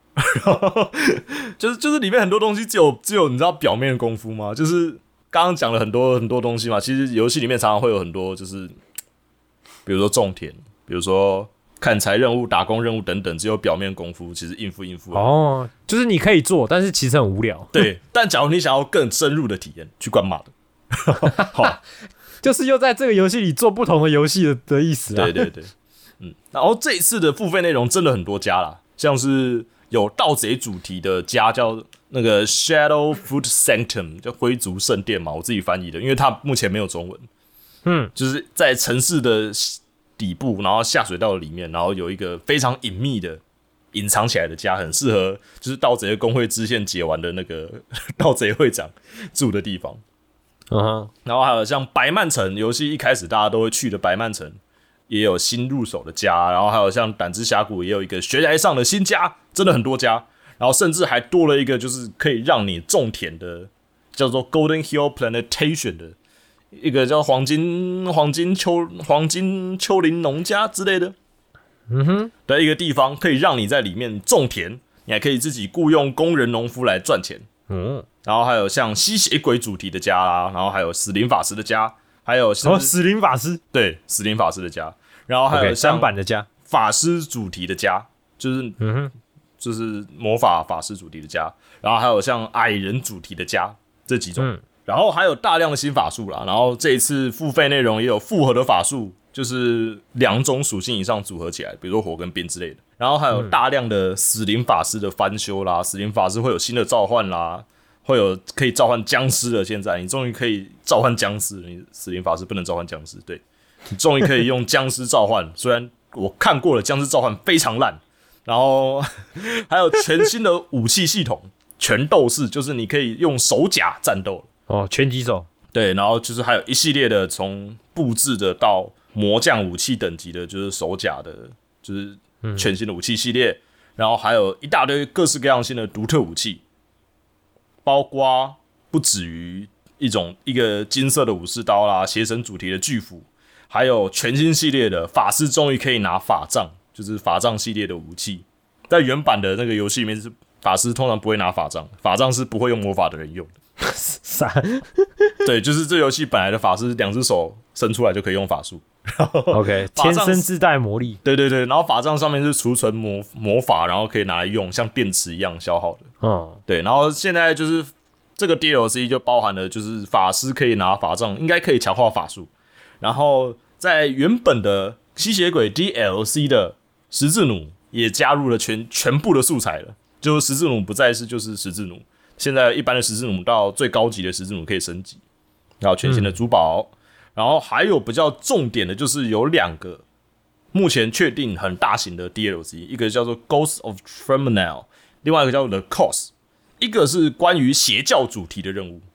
就是就是里面很多东西只有只有你知道表面的功夫吗？就是刚刚讲了很多很多东西嘛，其实游戏里面常常会有很多，就是比如说种田，比如说砍柴任务、打工任务等等，只有表面功夫，其实应付应付。 哦，就是你可以做，但是其实很无聊。 对，但假如你想要更深入的体验，去灌骂的，好， 就是又在这个游戏里做不同的游戏 的, 的意思啊。 对对对。嗯，然后这一次的付费内容真的很多家啦，像是有盗贼主题的家叫那个 Shadow Foot Sanctum， 叫灰族圣殿嘛，我自己翻译的，因为它目前没有中文。嗯，就是在城市的底部，然后下水道里面，然后有一个非常隐秘的、隐藏起来的家，很适合就是盗贼的工会支线解完的那个盗贼会长住的地方。嗯哼，然后还有像白曼城，游戏一开始大家都会去的白曼城。也有新入手的家，然后还有像胆之峡谷也有一个悬崖上的新家，真的很多家，然后甚至还多了一个就是可以让你种田的，叫做 Golden Hill Plantation 的一个叫黄金黄金丘黄金丘陵农家之类的，嗯哼，的一个地方可以让你在里面种田，你还可以自己雇佣工人农夫来赚钱，嗯，然后还有像吸血鬼主题的家啦，然后还有死灵法师的家。还有哦，死灵法师， 对，死灵法师的家，然后还有像版的家， 法师主题的家，就是嗯哼，就是魔法法师主题的家，然后还有像矮人主题的家这几种，嗯、然后还有大量的新法术啦，然后这一次付费内容也有复合的法术，就是两种属性以上组合起来，比如说火跟冰之类的，然后还有大量的死灵法师的翻修啦，死灵法师会有新的召唤啦。会有可以召唤僵尸了，现在你终于可以召唤僵尸了。你死灵法师不能召唤僵尸，对，你终于可以用僵尸召唤。虽然我看过了，僵尸召唤非常烂。然后还有全新的武器系统，全斗士，就是你可以用手甲战斗哦，拳击手。 对，然后就是还有一系列的从布置的到魔将武器等级的，就是手甲的，就是全新的武器系列。嗯、然后还有一大堆各式各样新的独特武器。包括不止于一种一个金色的武士刀啦，邪神主题的巨斧，还有全新系列的法师终于可以拿法杖，就是法杖系列的武器。在原版的那个游戏里面，是法师通常不会拿法杖，法杖是不会用魔法的人用的。 啥？ 对，就是这游戏本来的法师两只手伸出来就可以用法术。 OK， 天生自带魔力。 对对对，然后法杖上面是储存魔魔法，然后可以拿来用，像电池一样消耗的。嗯，对。然后现在就是这个 D L C 就包含了，就是法师可以拿法杖，应该可以强化法术。然后在原本的吸血鬼 D L C 的十字弩也加入了全全部的素材了，就是十字弩不再是就是十字弩，现在一般的十字弩到最高级的十字弩可以升级，然后全新的珠宝。嗯，然后还有比较重点的，就是有两个目前确定很大型的 D L C， 一个叫做 Ghost of Terminal， 另外一个叫做 The Cause。一个是关于邪教主题的任务，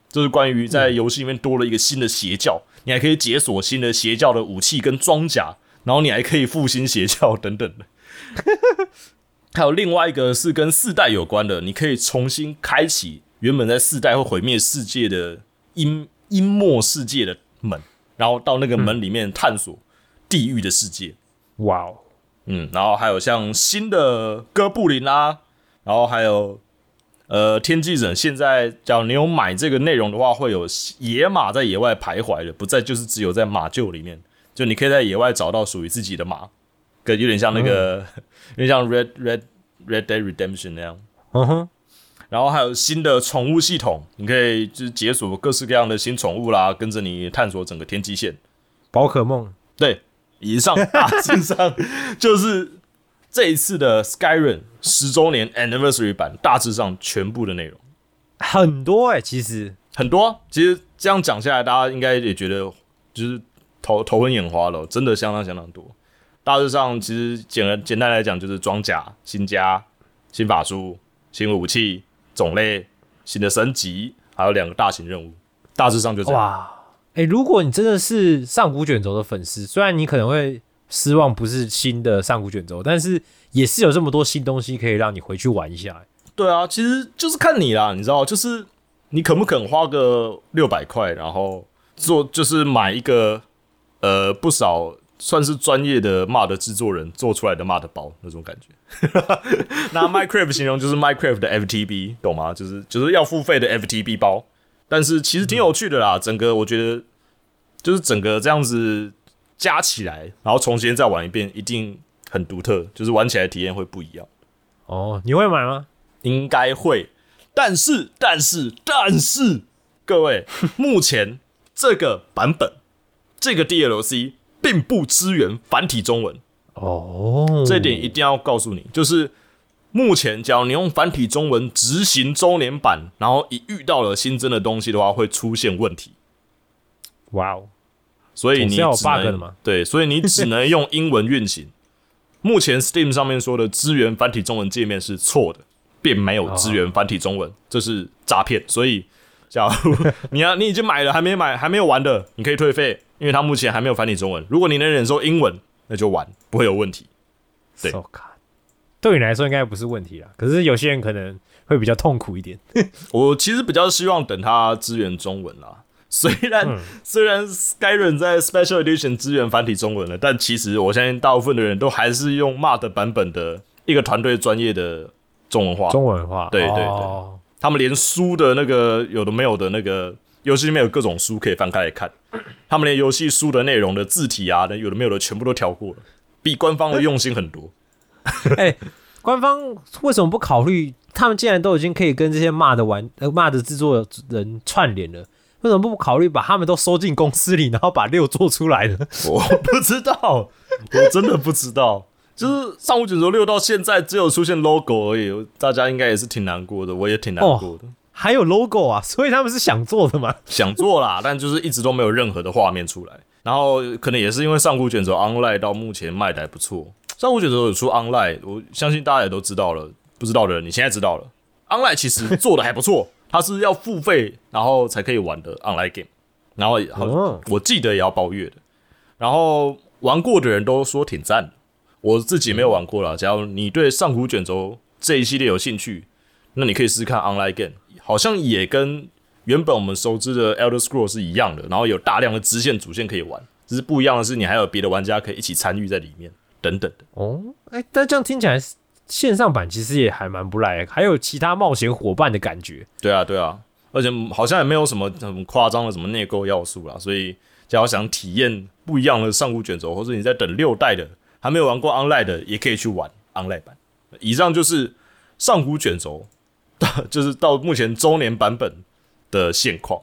就是关于在游戏里面多了一个新的邪教，你还可以解锁新的邪教的武器跟装甲，然后你还可以复兴邪教等等的。还有另外一个是跟四代有关的，你可以重新开启原本在四代会毁灭世界的阴阴末世界的门，然后到那个门里面探索地狱的世界。 哇哦， 嗯，然后还有像新的哥布林啦，然后还有呃天际忍，现在假如你有买这个内容的话，会有野马在野外徘徊的，不再就是只有在马厩里面，就你可以在野外找到属于自己的马，跟有点像那个、嗯、有点像 Red Red Red Dead Redemption 那样。 嗯哼。 然后还有新的宠物系统，你可以就是解锁各式各样的新宠物啦，跟着你探索整个天际线。 宝可梦， 对，以上大致上就是这一次的 Skyrim 十周年 Anniversary 版大致上全部的内容， 很多哎、欸，其实很多。其实这样讲下来，大家应该也觉得就是头头昏眼花了，真的相当相当多。大致上其实简简单来讲，就是装甲、新家、新法术、新武器。种类、新的升级，还有两个大型任务，大致上就这样。 哇，哎、欸，如果你真的是上古卷轴的粉丝，虽然你可能会失望不是新的上古卷轴，但是也是有这么多新东西可以让你回去玩一下。 对啊，其实就是看你啦，你知道，就是你肯不肯花个六百块，然后做就是买一个呃不少算是专业的 M O D 制作人做出来的 M O D 包那种感觉。拿 Minecraft 形容就是 Minecraft 的 F T B， 懂吗？就是就是要付费的 F T B 包，但是其实挺有趣的啦。整个我觉得就是整个这样子加起来，然后重新再玩一遍，一定很独特，就是玩起来体验会不一样。 哦，你会买吗？ 应该会，但是但是但是各位，目前这个版本这个 D L C 并不支援繁体中文。 哦， 这一点一定要告诉你，就是目前假如你用繁体中文执行周年版，然后一遇到了新增的东西的话，会出现问题。 哇哦， 所以你只能总是要有 bug 的嘛？ 对，所以你只能用英文运行。目前 Steam 上面说的支援繁体中文界面是错的，并没有支援繁体中文，这是诈骗。所以，假如你要你已经买了还没买还没有玩的，你可以退费，因为它目前还没有繁体中文。如果你能忍受英文，那就玩，不会有问题。对， so、对你来说应该不是问题啦。可是有些人可能会比较痛苦一点。 我其实比较希望等它支援中文啦。虽然、嗯、虽然 Skyrim 在 Special Edition 支援繁体中文了，但其实我相信大部分的人都还是用 M O D 版本的一个团队专业的中文化。 中文化， 对对对、 哦， 他们连书的那个有的没有的那个游戏里面有各种书可以翻开来看，他们连游戏书的内容的字体啊，有的没有的全部都调过了，比官方的用心很多。 哎、欸，官方为什么不考虑？他们既然都已经可以跟这些 M O D 玩呃 M O D 制作人串联了，为什么不考虑把他们都收进公司里，然后把六做出来呢？ 我不知道，我真的不知道。就是上古卷轴六到现在只有出现 logo 而已，大家应该也是挺难过的，我也挺难过的。哦， 还有 logo 啊，所以他们是想做的吗？ 想做啦，但就是一直都没有任何的画面出来。然后可能也是因为上古卷轴 Online 到目前卖的还不错。上古卷轴有出 Online， 我相信大家也都知道了，不知道的人你现在知道了。Online 其实做的还不错，它是要付费然后才可以玩的 Online game， 然后好我记得也要包月的。然后玩过的人都说挺赞的。我自己没有玩过啦，假如你对上古卷轴这一系列有兴趣，那你可以试试看 Online Game， 好像也跟原本我们熟知的 Elder Scrolls 是一样的，然后有大量的支线主线可以玩，只是不一样的是你还有别的玩家可以一起参与在里面等等的。 哦，哎、欸，但这样听起来线上版其实也还蛮不赖，还有其他冒险伙伴的感觉。 对啊，对啊，而且好像也没有什么很夸张的什么内购要素啦，所以假如想体验不一样的上古卷轴，或者你在等六代的还没有玩过 Online 的，也可以去玩 Online 版。以上就是上古卷轴，就是到目前周年版本的现况。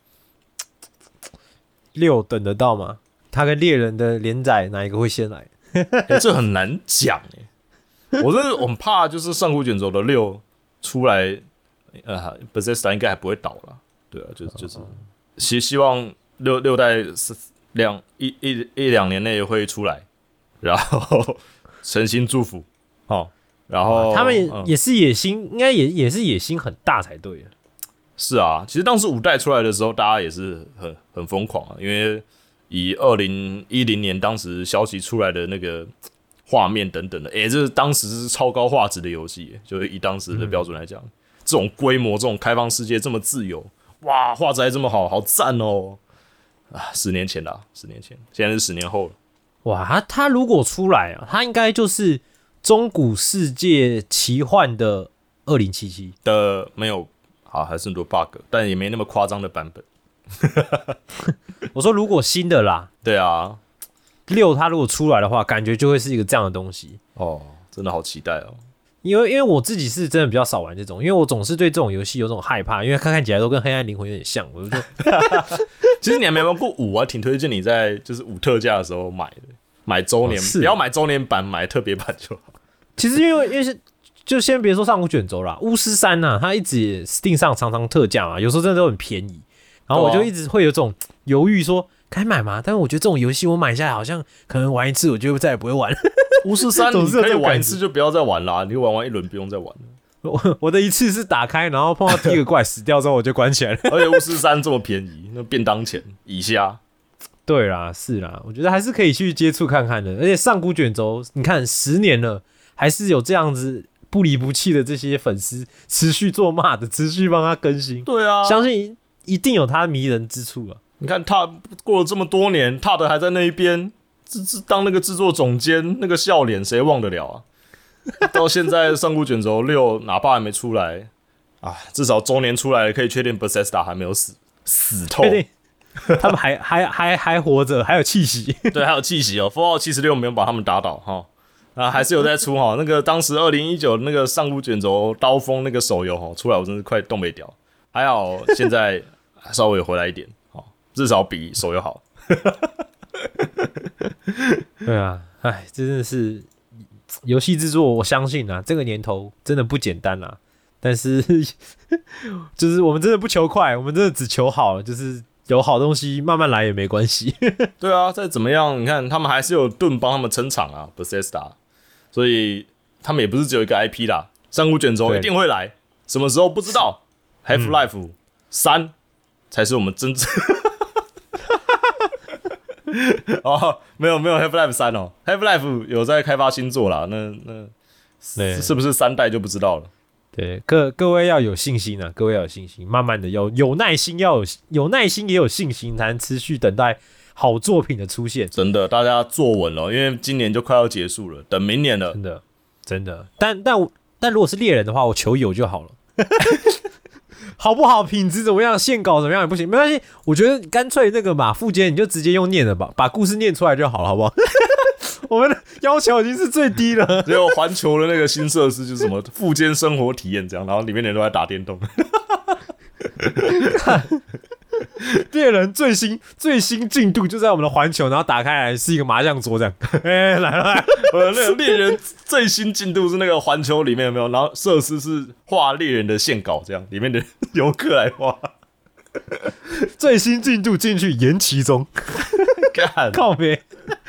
六等得到吗？他跟猎人的连载哪一个会先来？ 欸、这很难讲哎，我真的很怕，就是上古卷轴的六出来，呃 ，Bethesda 应该还不会倒啦。对啊，就是就是，希希望六六代两一一一两年内会出来。然后诚心祝福，哦，然后他们也、嗯、也是野心，应该也也是野心很大才对。 是啊，其实当时五代出来的时候，大家也是很很疯狂啊，因为以二零一零年当时消息出来的那个画面等等的，诶、欸，这当时是超高画质的游戏，就是以当时的标准来讲，嗯、这种规模、这种开放世界这么自由，哇，画质还这么好，好赞哦！啊，十年前啦，十年前，现在是十年后了。 哇，他他如果出来啊，他应该就是中古世界奇幻的二零七七的，没有。好，还是很多 bug， 但也没那么夸张的版本。 我说如果新的啦， 对啊， 六它如果出来的话，感觉就会是一个这样的东西。 哦，真的好期待哦！ 因为因为我自己是真的比较少玩这种，因为我总是对这种游戏有种害怕，因为看看起来都跟黑暗灵魂有点像，我就其实你还没玩过五啊，挺推荐你在就是五特价的时候买的，买周年， 哦、 不要买周年版，买特别版就好。 其实因为因为是。就先别说上古卷轴啦，巫师三啊，它一直也 Steam 上常常特价嘛，有时候真的都很便宜，然后我就一直会有种犹豫说该买吗？但是我觉得这种游戏我买下来好像可能玩一次，我就再也不会玩。 巫师三你可以玩一次就不要再玩啦，你玩完一轮不用再玩了。 我我的一次是打开，然后碰到第一个怪死掉之后我就关起来了。 而且巫师三这么便宜，那便当钱以下。 对啦，是啦，我觉得还是可以去接触看看的。而且上古卷轴，你看十年了，还是有这样子。不离不弃的这些粉丝持续做骂的，持续帮他更新。 对啊， 相信一定有他迷人之处啊！ 你看他过了这么多年，他的还在那一边，当那个制作总监，那个笑脸谁忘得了啊？到现在上古卷轴六，哪怕还没出来啊，至少周年出来了，可以确定 Bethesda 还没有死死透， 他们还还还还活着，还有气息。 对，还有气息哦。Fallout 七十六没有把他们打倒哈。啊，还是有在出哈，那个当时二零一九那个上古卷轴刀锋那个手游哈出来，我真是快动没掉。还好现在稍微有回来一点，至少比手游好。 对啊，哎，真的是游戏制作，我相信啊，这个年头真的不简单啦。但是就是我们真的不求快，我们真的只求好，就是有好东西慢慢来也没关系。 对啊，再怎么样，你看他们还是有盾帮他们撑场啊 ，Bethesda。所以他们也不是只有一个 I P 啦，上古卷轴一定会来，什么时候不知道。Half-Life 三、嗯、才是我们真正哦，没有没有 Half-Life 三哦 ，Half-Life 有在开发新作啦，那那是不是三代就不知道了。 对，各各位要有信心啊，各位要有信心，慢慢的有有耐心，要有有耐心也有信心，才能持续等待。好作品的出现， 真的，大家坐稳了，因为今年就快要结束了，等明年了， 真的，真的。但但但如果是猎人的话，我求有就好了，好不好？品质怎么样？线稿怎么样也不行，没关系。我觉得干脆那个嘛，副监你就直接用念的吧，把故事念出来就好了，好不好？我们的要求已经是最低了。 只有环球的那个新设施就是什么副监生活体验这样，然后里面的人都在打电动。 猎人最新最新进度就在我们的环球，然后打开来是一个麻将桌这样。哎、欸，来了来了， 呃，那个猎人最新进度是那个环球里面有没有？然后设施是画猎人的线稿这样，里面的游客来画。 最新进度进去延期中，靠北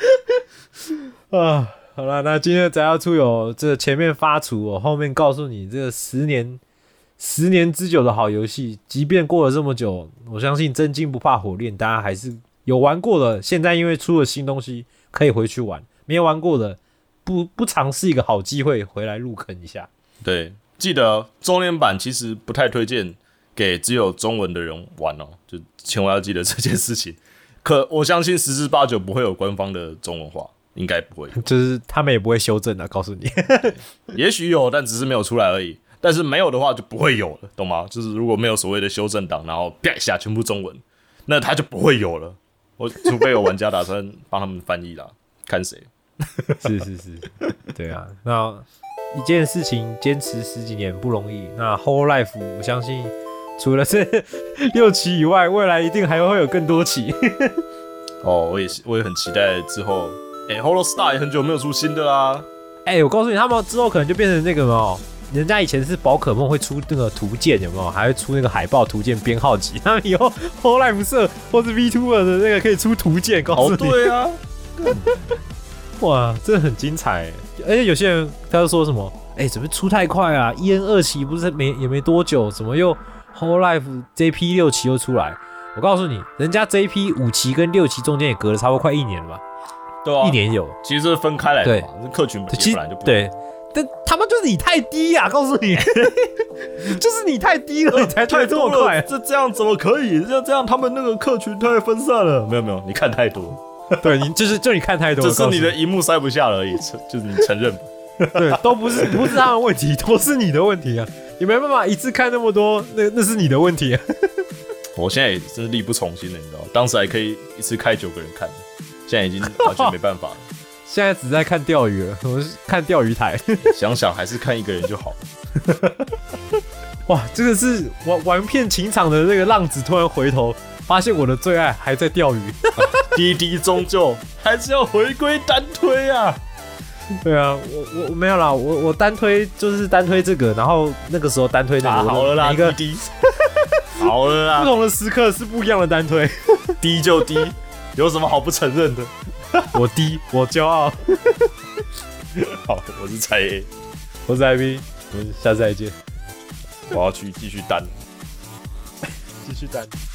啊！好了，那今天的宅要出有这前面发出，我后面告诉你这个十年。十年之久的好游戏，即便过了这么久，我相信真金不怕火炼，大家还是有玩过的。现在因为出了新东西，可以回去玩；没玩过的，不不尝试一个好机会回来入坑一下。 对，记得周年版其实不太推荐给只有中文的人玩哦，就千万要记得这件事情。可我相信十之八九不会有官方的中文化，应该不会有， 就是他们也不会修正的，告诉你。 也许有，但只是没有出来而已。但是没有的话就不会有了，懂吗？就是如果没有所谓的修正档，然后啪一下全部中文，那它就不会有了。我除非有玩家打算帮他们翻译啦，看谁。 是是是，对啊。那一件事情坚持十几年不容易，那 Whole Life 我相信除了这六期以外，未来一定还会有更多期。 哦，我也我也很期待之后，哎、欸、，Hollow Star 也很久没有出新的啦。 哎、欸，我告诉你，他们之后可能就变成那个嘛。人家以前是宝可梦会出那个图鉴，有没有？还会出那个海报图鉴编号集。他们以后 Whole Life 社或是 VTuber 的那个可以出图鉴，告诉你。 哦，对啊， 哇，真的很精彩。而且有些人他就说什么，哎、欸，怎么出太快啊 ？E N 二期不是没也没多久，怎么又 Hololive J P 六期又出来，我告诉你，人家 J P 五期跟六期中间也隔了差不多快一年了吧？ 对啊， 一年有。 其实是分开来的嘛，这客群本来就不对。但他们就是你太低呀、啊！告诉你，就是你太低了，你才退这么快。 这这样怎么可以？这这样他们那个客群太分散了。没有没有，你看太多。 对你就是就你看太多， 这是你的荧幕塞不下了而已，就是你承认吧。 对，都不是不是他们问题，都是你的问题啊！你没办法一次看那么多，那那是你的问题啊。 我现在也真是力不从心了，你知道吗？当时还可以一次开九个人看，现在已经完全没办法了。 现在只在看钓鱼了，我是看钓鱼台。 想想还是看一个人就好了。 哇，这个是玩玩遍情场的那个浪子，突然回头发现我的最爱还在钓鱼。 滴滴终究还是要回归单推啊。 对啊，我我没有啦，我我单推就是单推这个，然后那个时候单推那个， 啊、好了啦， 一个滴滴，好了啦， 不同的时刻是不一样的单推， 低就低，有什么好不承认的？ 我低，我骄傲。 好，我是蔡 A， 我是 I B， 我们下次再见。 我要去继续单， 继续单。